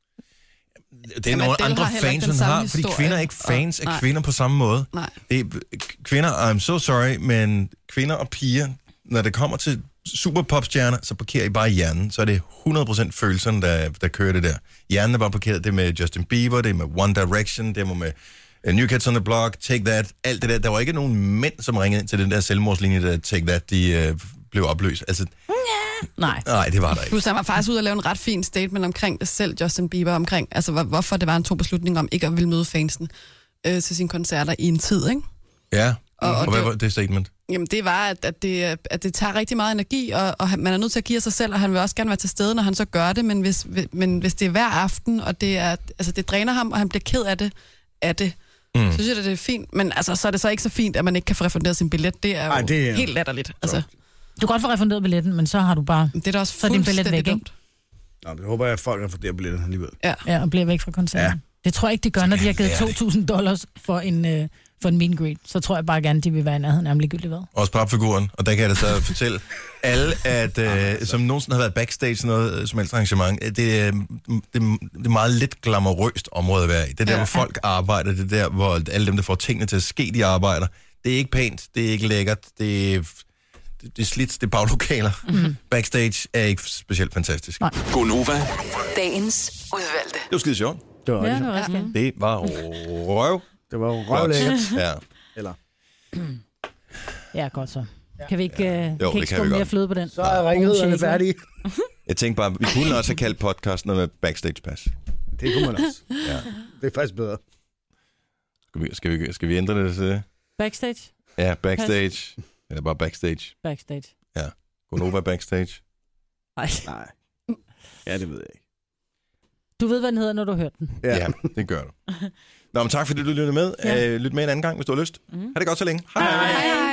Det er nogle andre fans, hun har, fordi kvinder er ikke fans af kvinder på samme måde. Nej. Kvinder, I'm so sorry, men kvinder og piger, når det kommer til superpopstjerner, så parkerer I bare hjernen. Så er det 100% følelserne, der kører det der. Hjernen er bare parkeret. Det er med Justin Bieber, det er med One Direction, det er med New Kids on the Block, Take That, alt det der. Der var ikke nogen mænd, som ringede ind til den der selvmordslinje, der Take That, de blev opløst. Altså, Nej, det var der ikke. Plus han var faktisk ude at lave en ret fin statement omkring det selv, Justin Bieber, omkring, altså hvorfor det var en beslutning om ikke at ville møde fansen til sine koncerter i en tid, ikke? Ja, og hvad var det statement? Jamen det var, at det tager rigtig meget energi, og man er nødt til at give sig selv, og han vil også gerne være til stede, når han så gør det, men hvis det er hver aften, og det dræner ham, og han bliver ked af det, så synes jeg, det er fint. Men altså, så er det så ikke så fint, at man ikke kan få refunderet sin billet. Det er jo det er helt latterligt. Altså. Du kan godt få refunderet billetten, men så har du bare... Det er da også så er din billet væk, ikke? Nå, det håber jeg, at folk refunderer billetten alligevel. Ja, og bliver væk fra koncerten. Ja. Det tror jeg ikke, de gør, når de har givet $2,000 for en meet and greet. Så tror jeg bare gerne, de vil være i nærheden af ligegyldigt hvad. Også papfiguren, og der kan jeg da så fortælle alle, at som nogensinde har været backstage sådan noget som helst arrangement, det er meget lidt glamourøst område at være i. Det er der, hvor folk arbejder, det er der, hvor alle dem, der får tingene til at ske, de arbejder. Det er ikke pænt, det er ikke lækkert, det er slidt, det er baglokaler. Backstage er ikke specielt fantastisk. Gonova. Dagens udvalgte. Det var skide sjovt. Det var rigtig. Det var røv. Det var røvlækkert. Ja. Eller? Ja, godt så. Kan vi ikke, jo, ikke skumme mere fløde på den? Så er ringhederne færdige. Jeg tænkte bare, vi kunne også have kaldt podcasten noget med backstage pass. Det kunne man også. Ja. Det er faktisk bedre. Skal vi ændre det til? Backstage? Ja, backstage. Pass. Eller bare backstage. Backstage. Ja. Gonova backstage. Nej. Ja, det ved jeg ikke. Du ved, hvad den hedder, når du har hørt den. Ja, det gør du. Nå, men tak fordi du lyttede med. Lyt med en anden gang, hvis du har lyst. Ha' det godt så længe. Hej.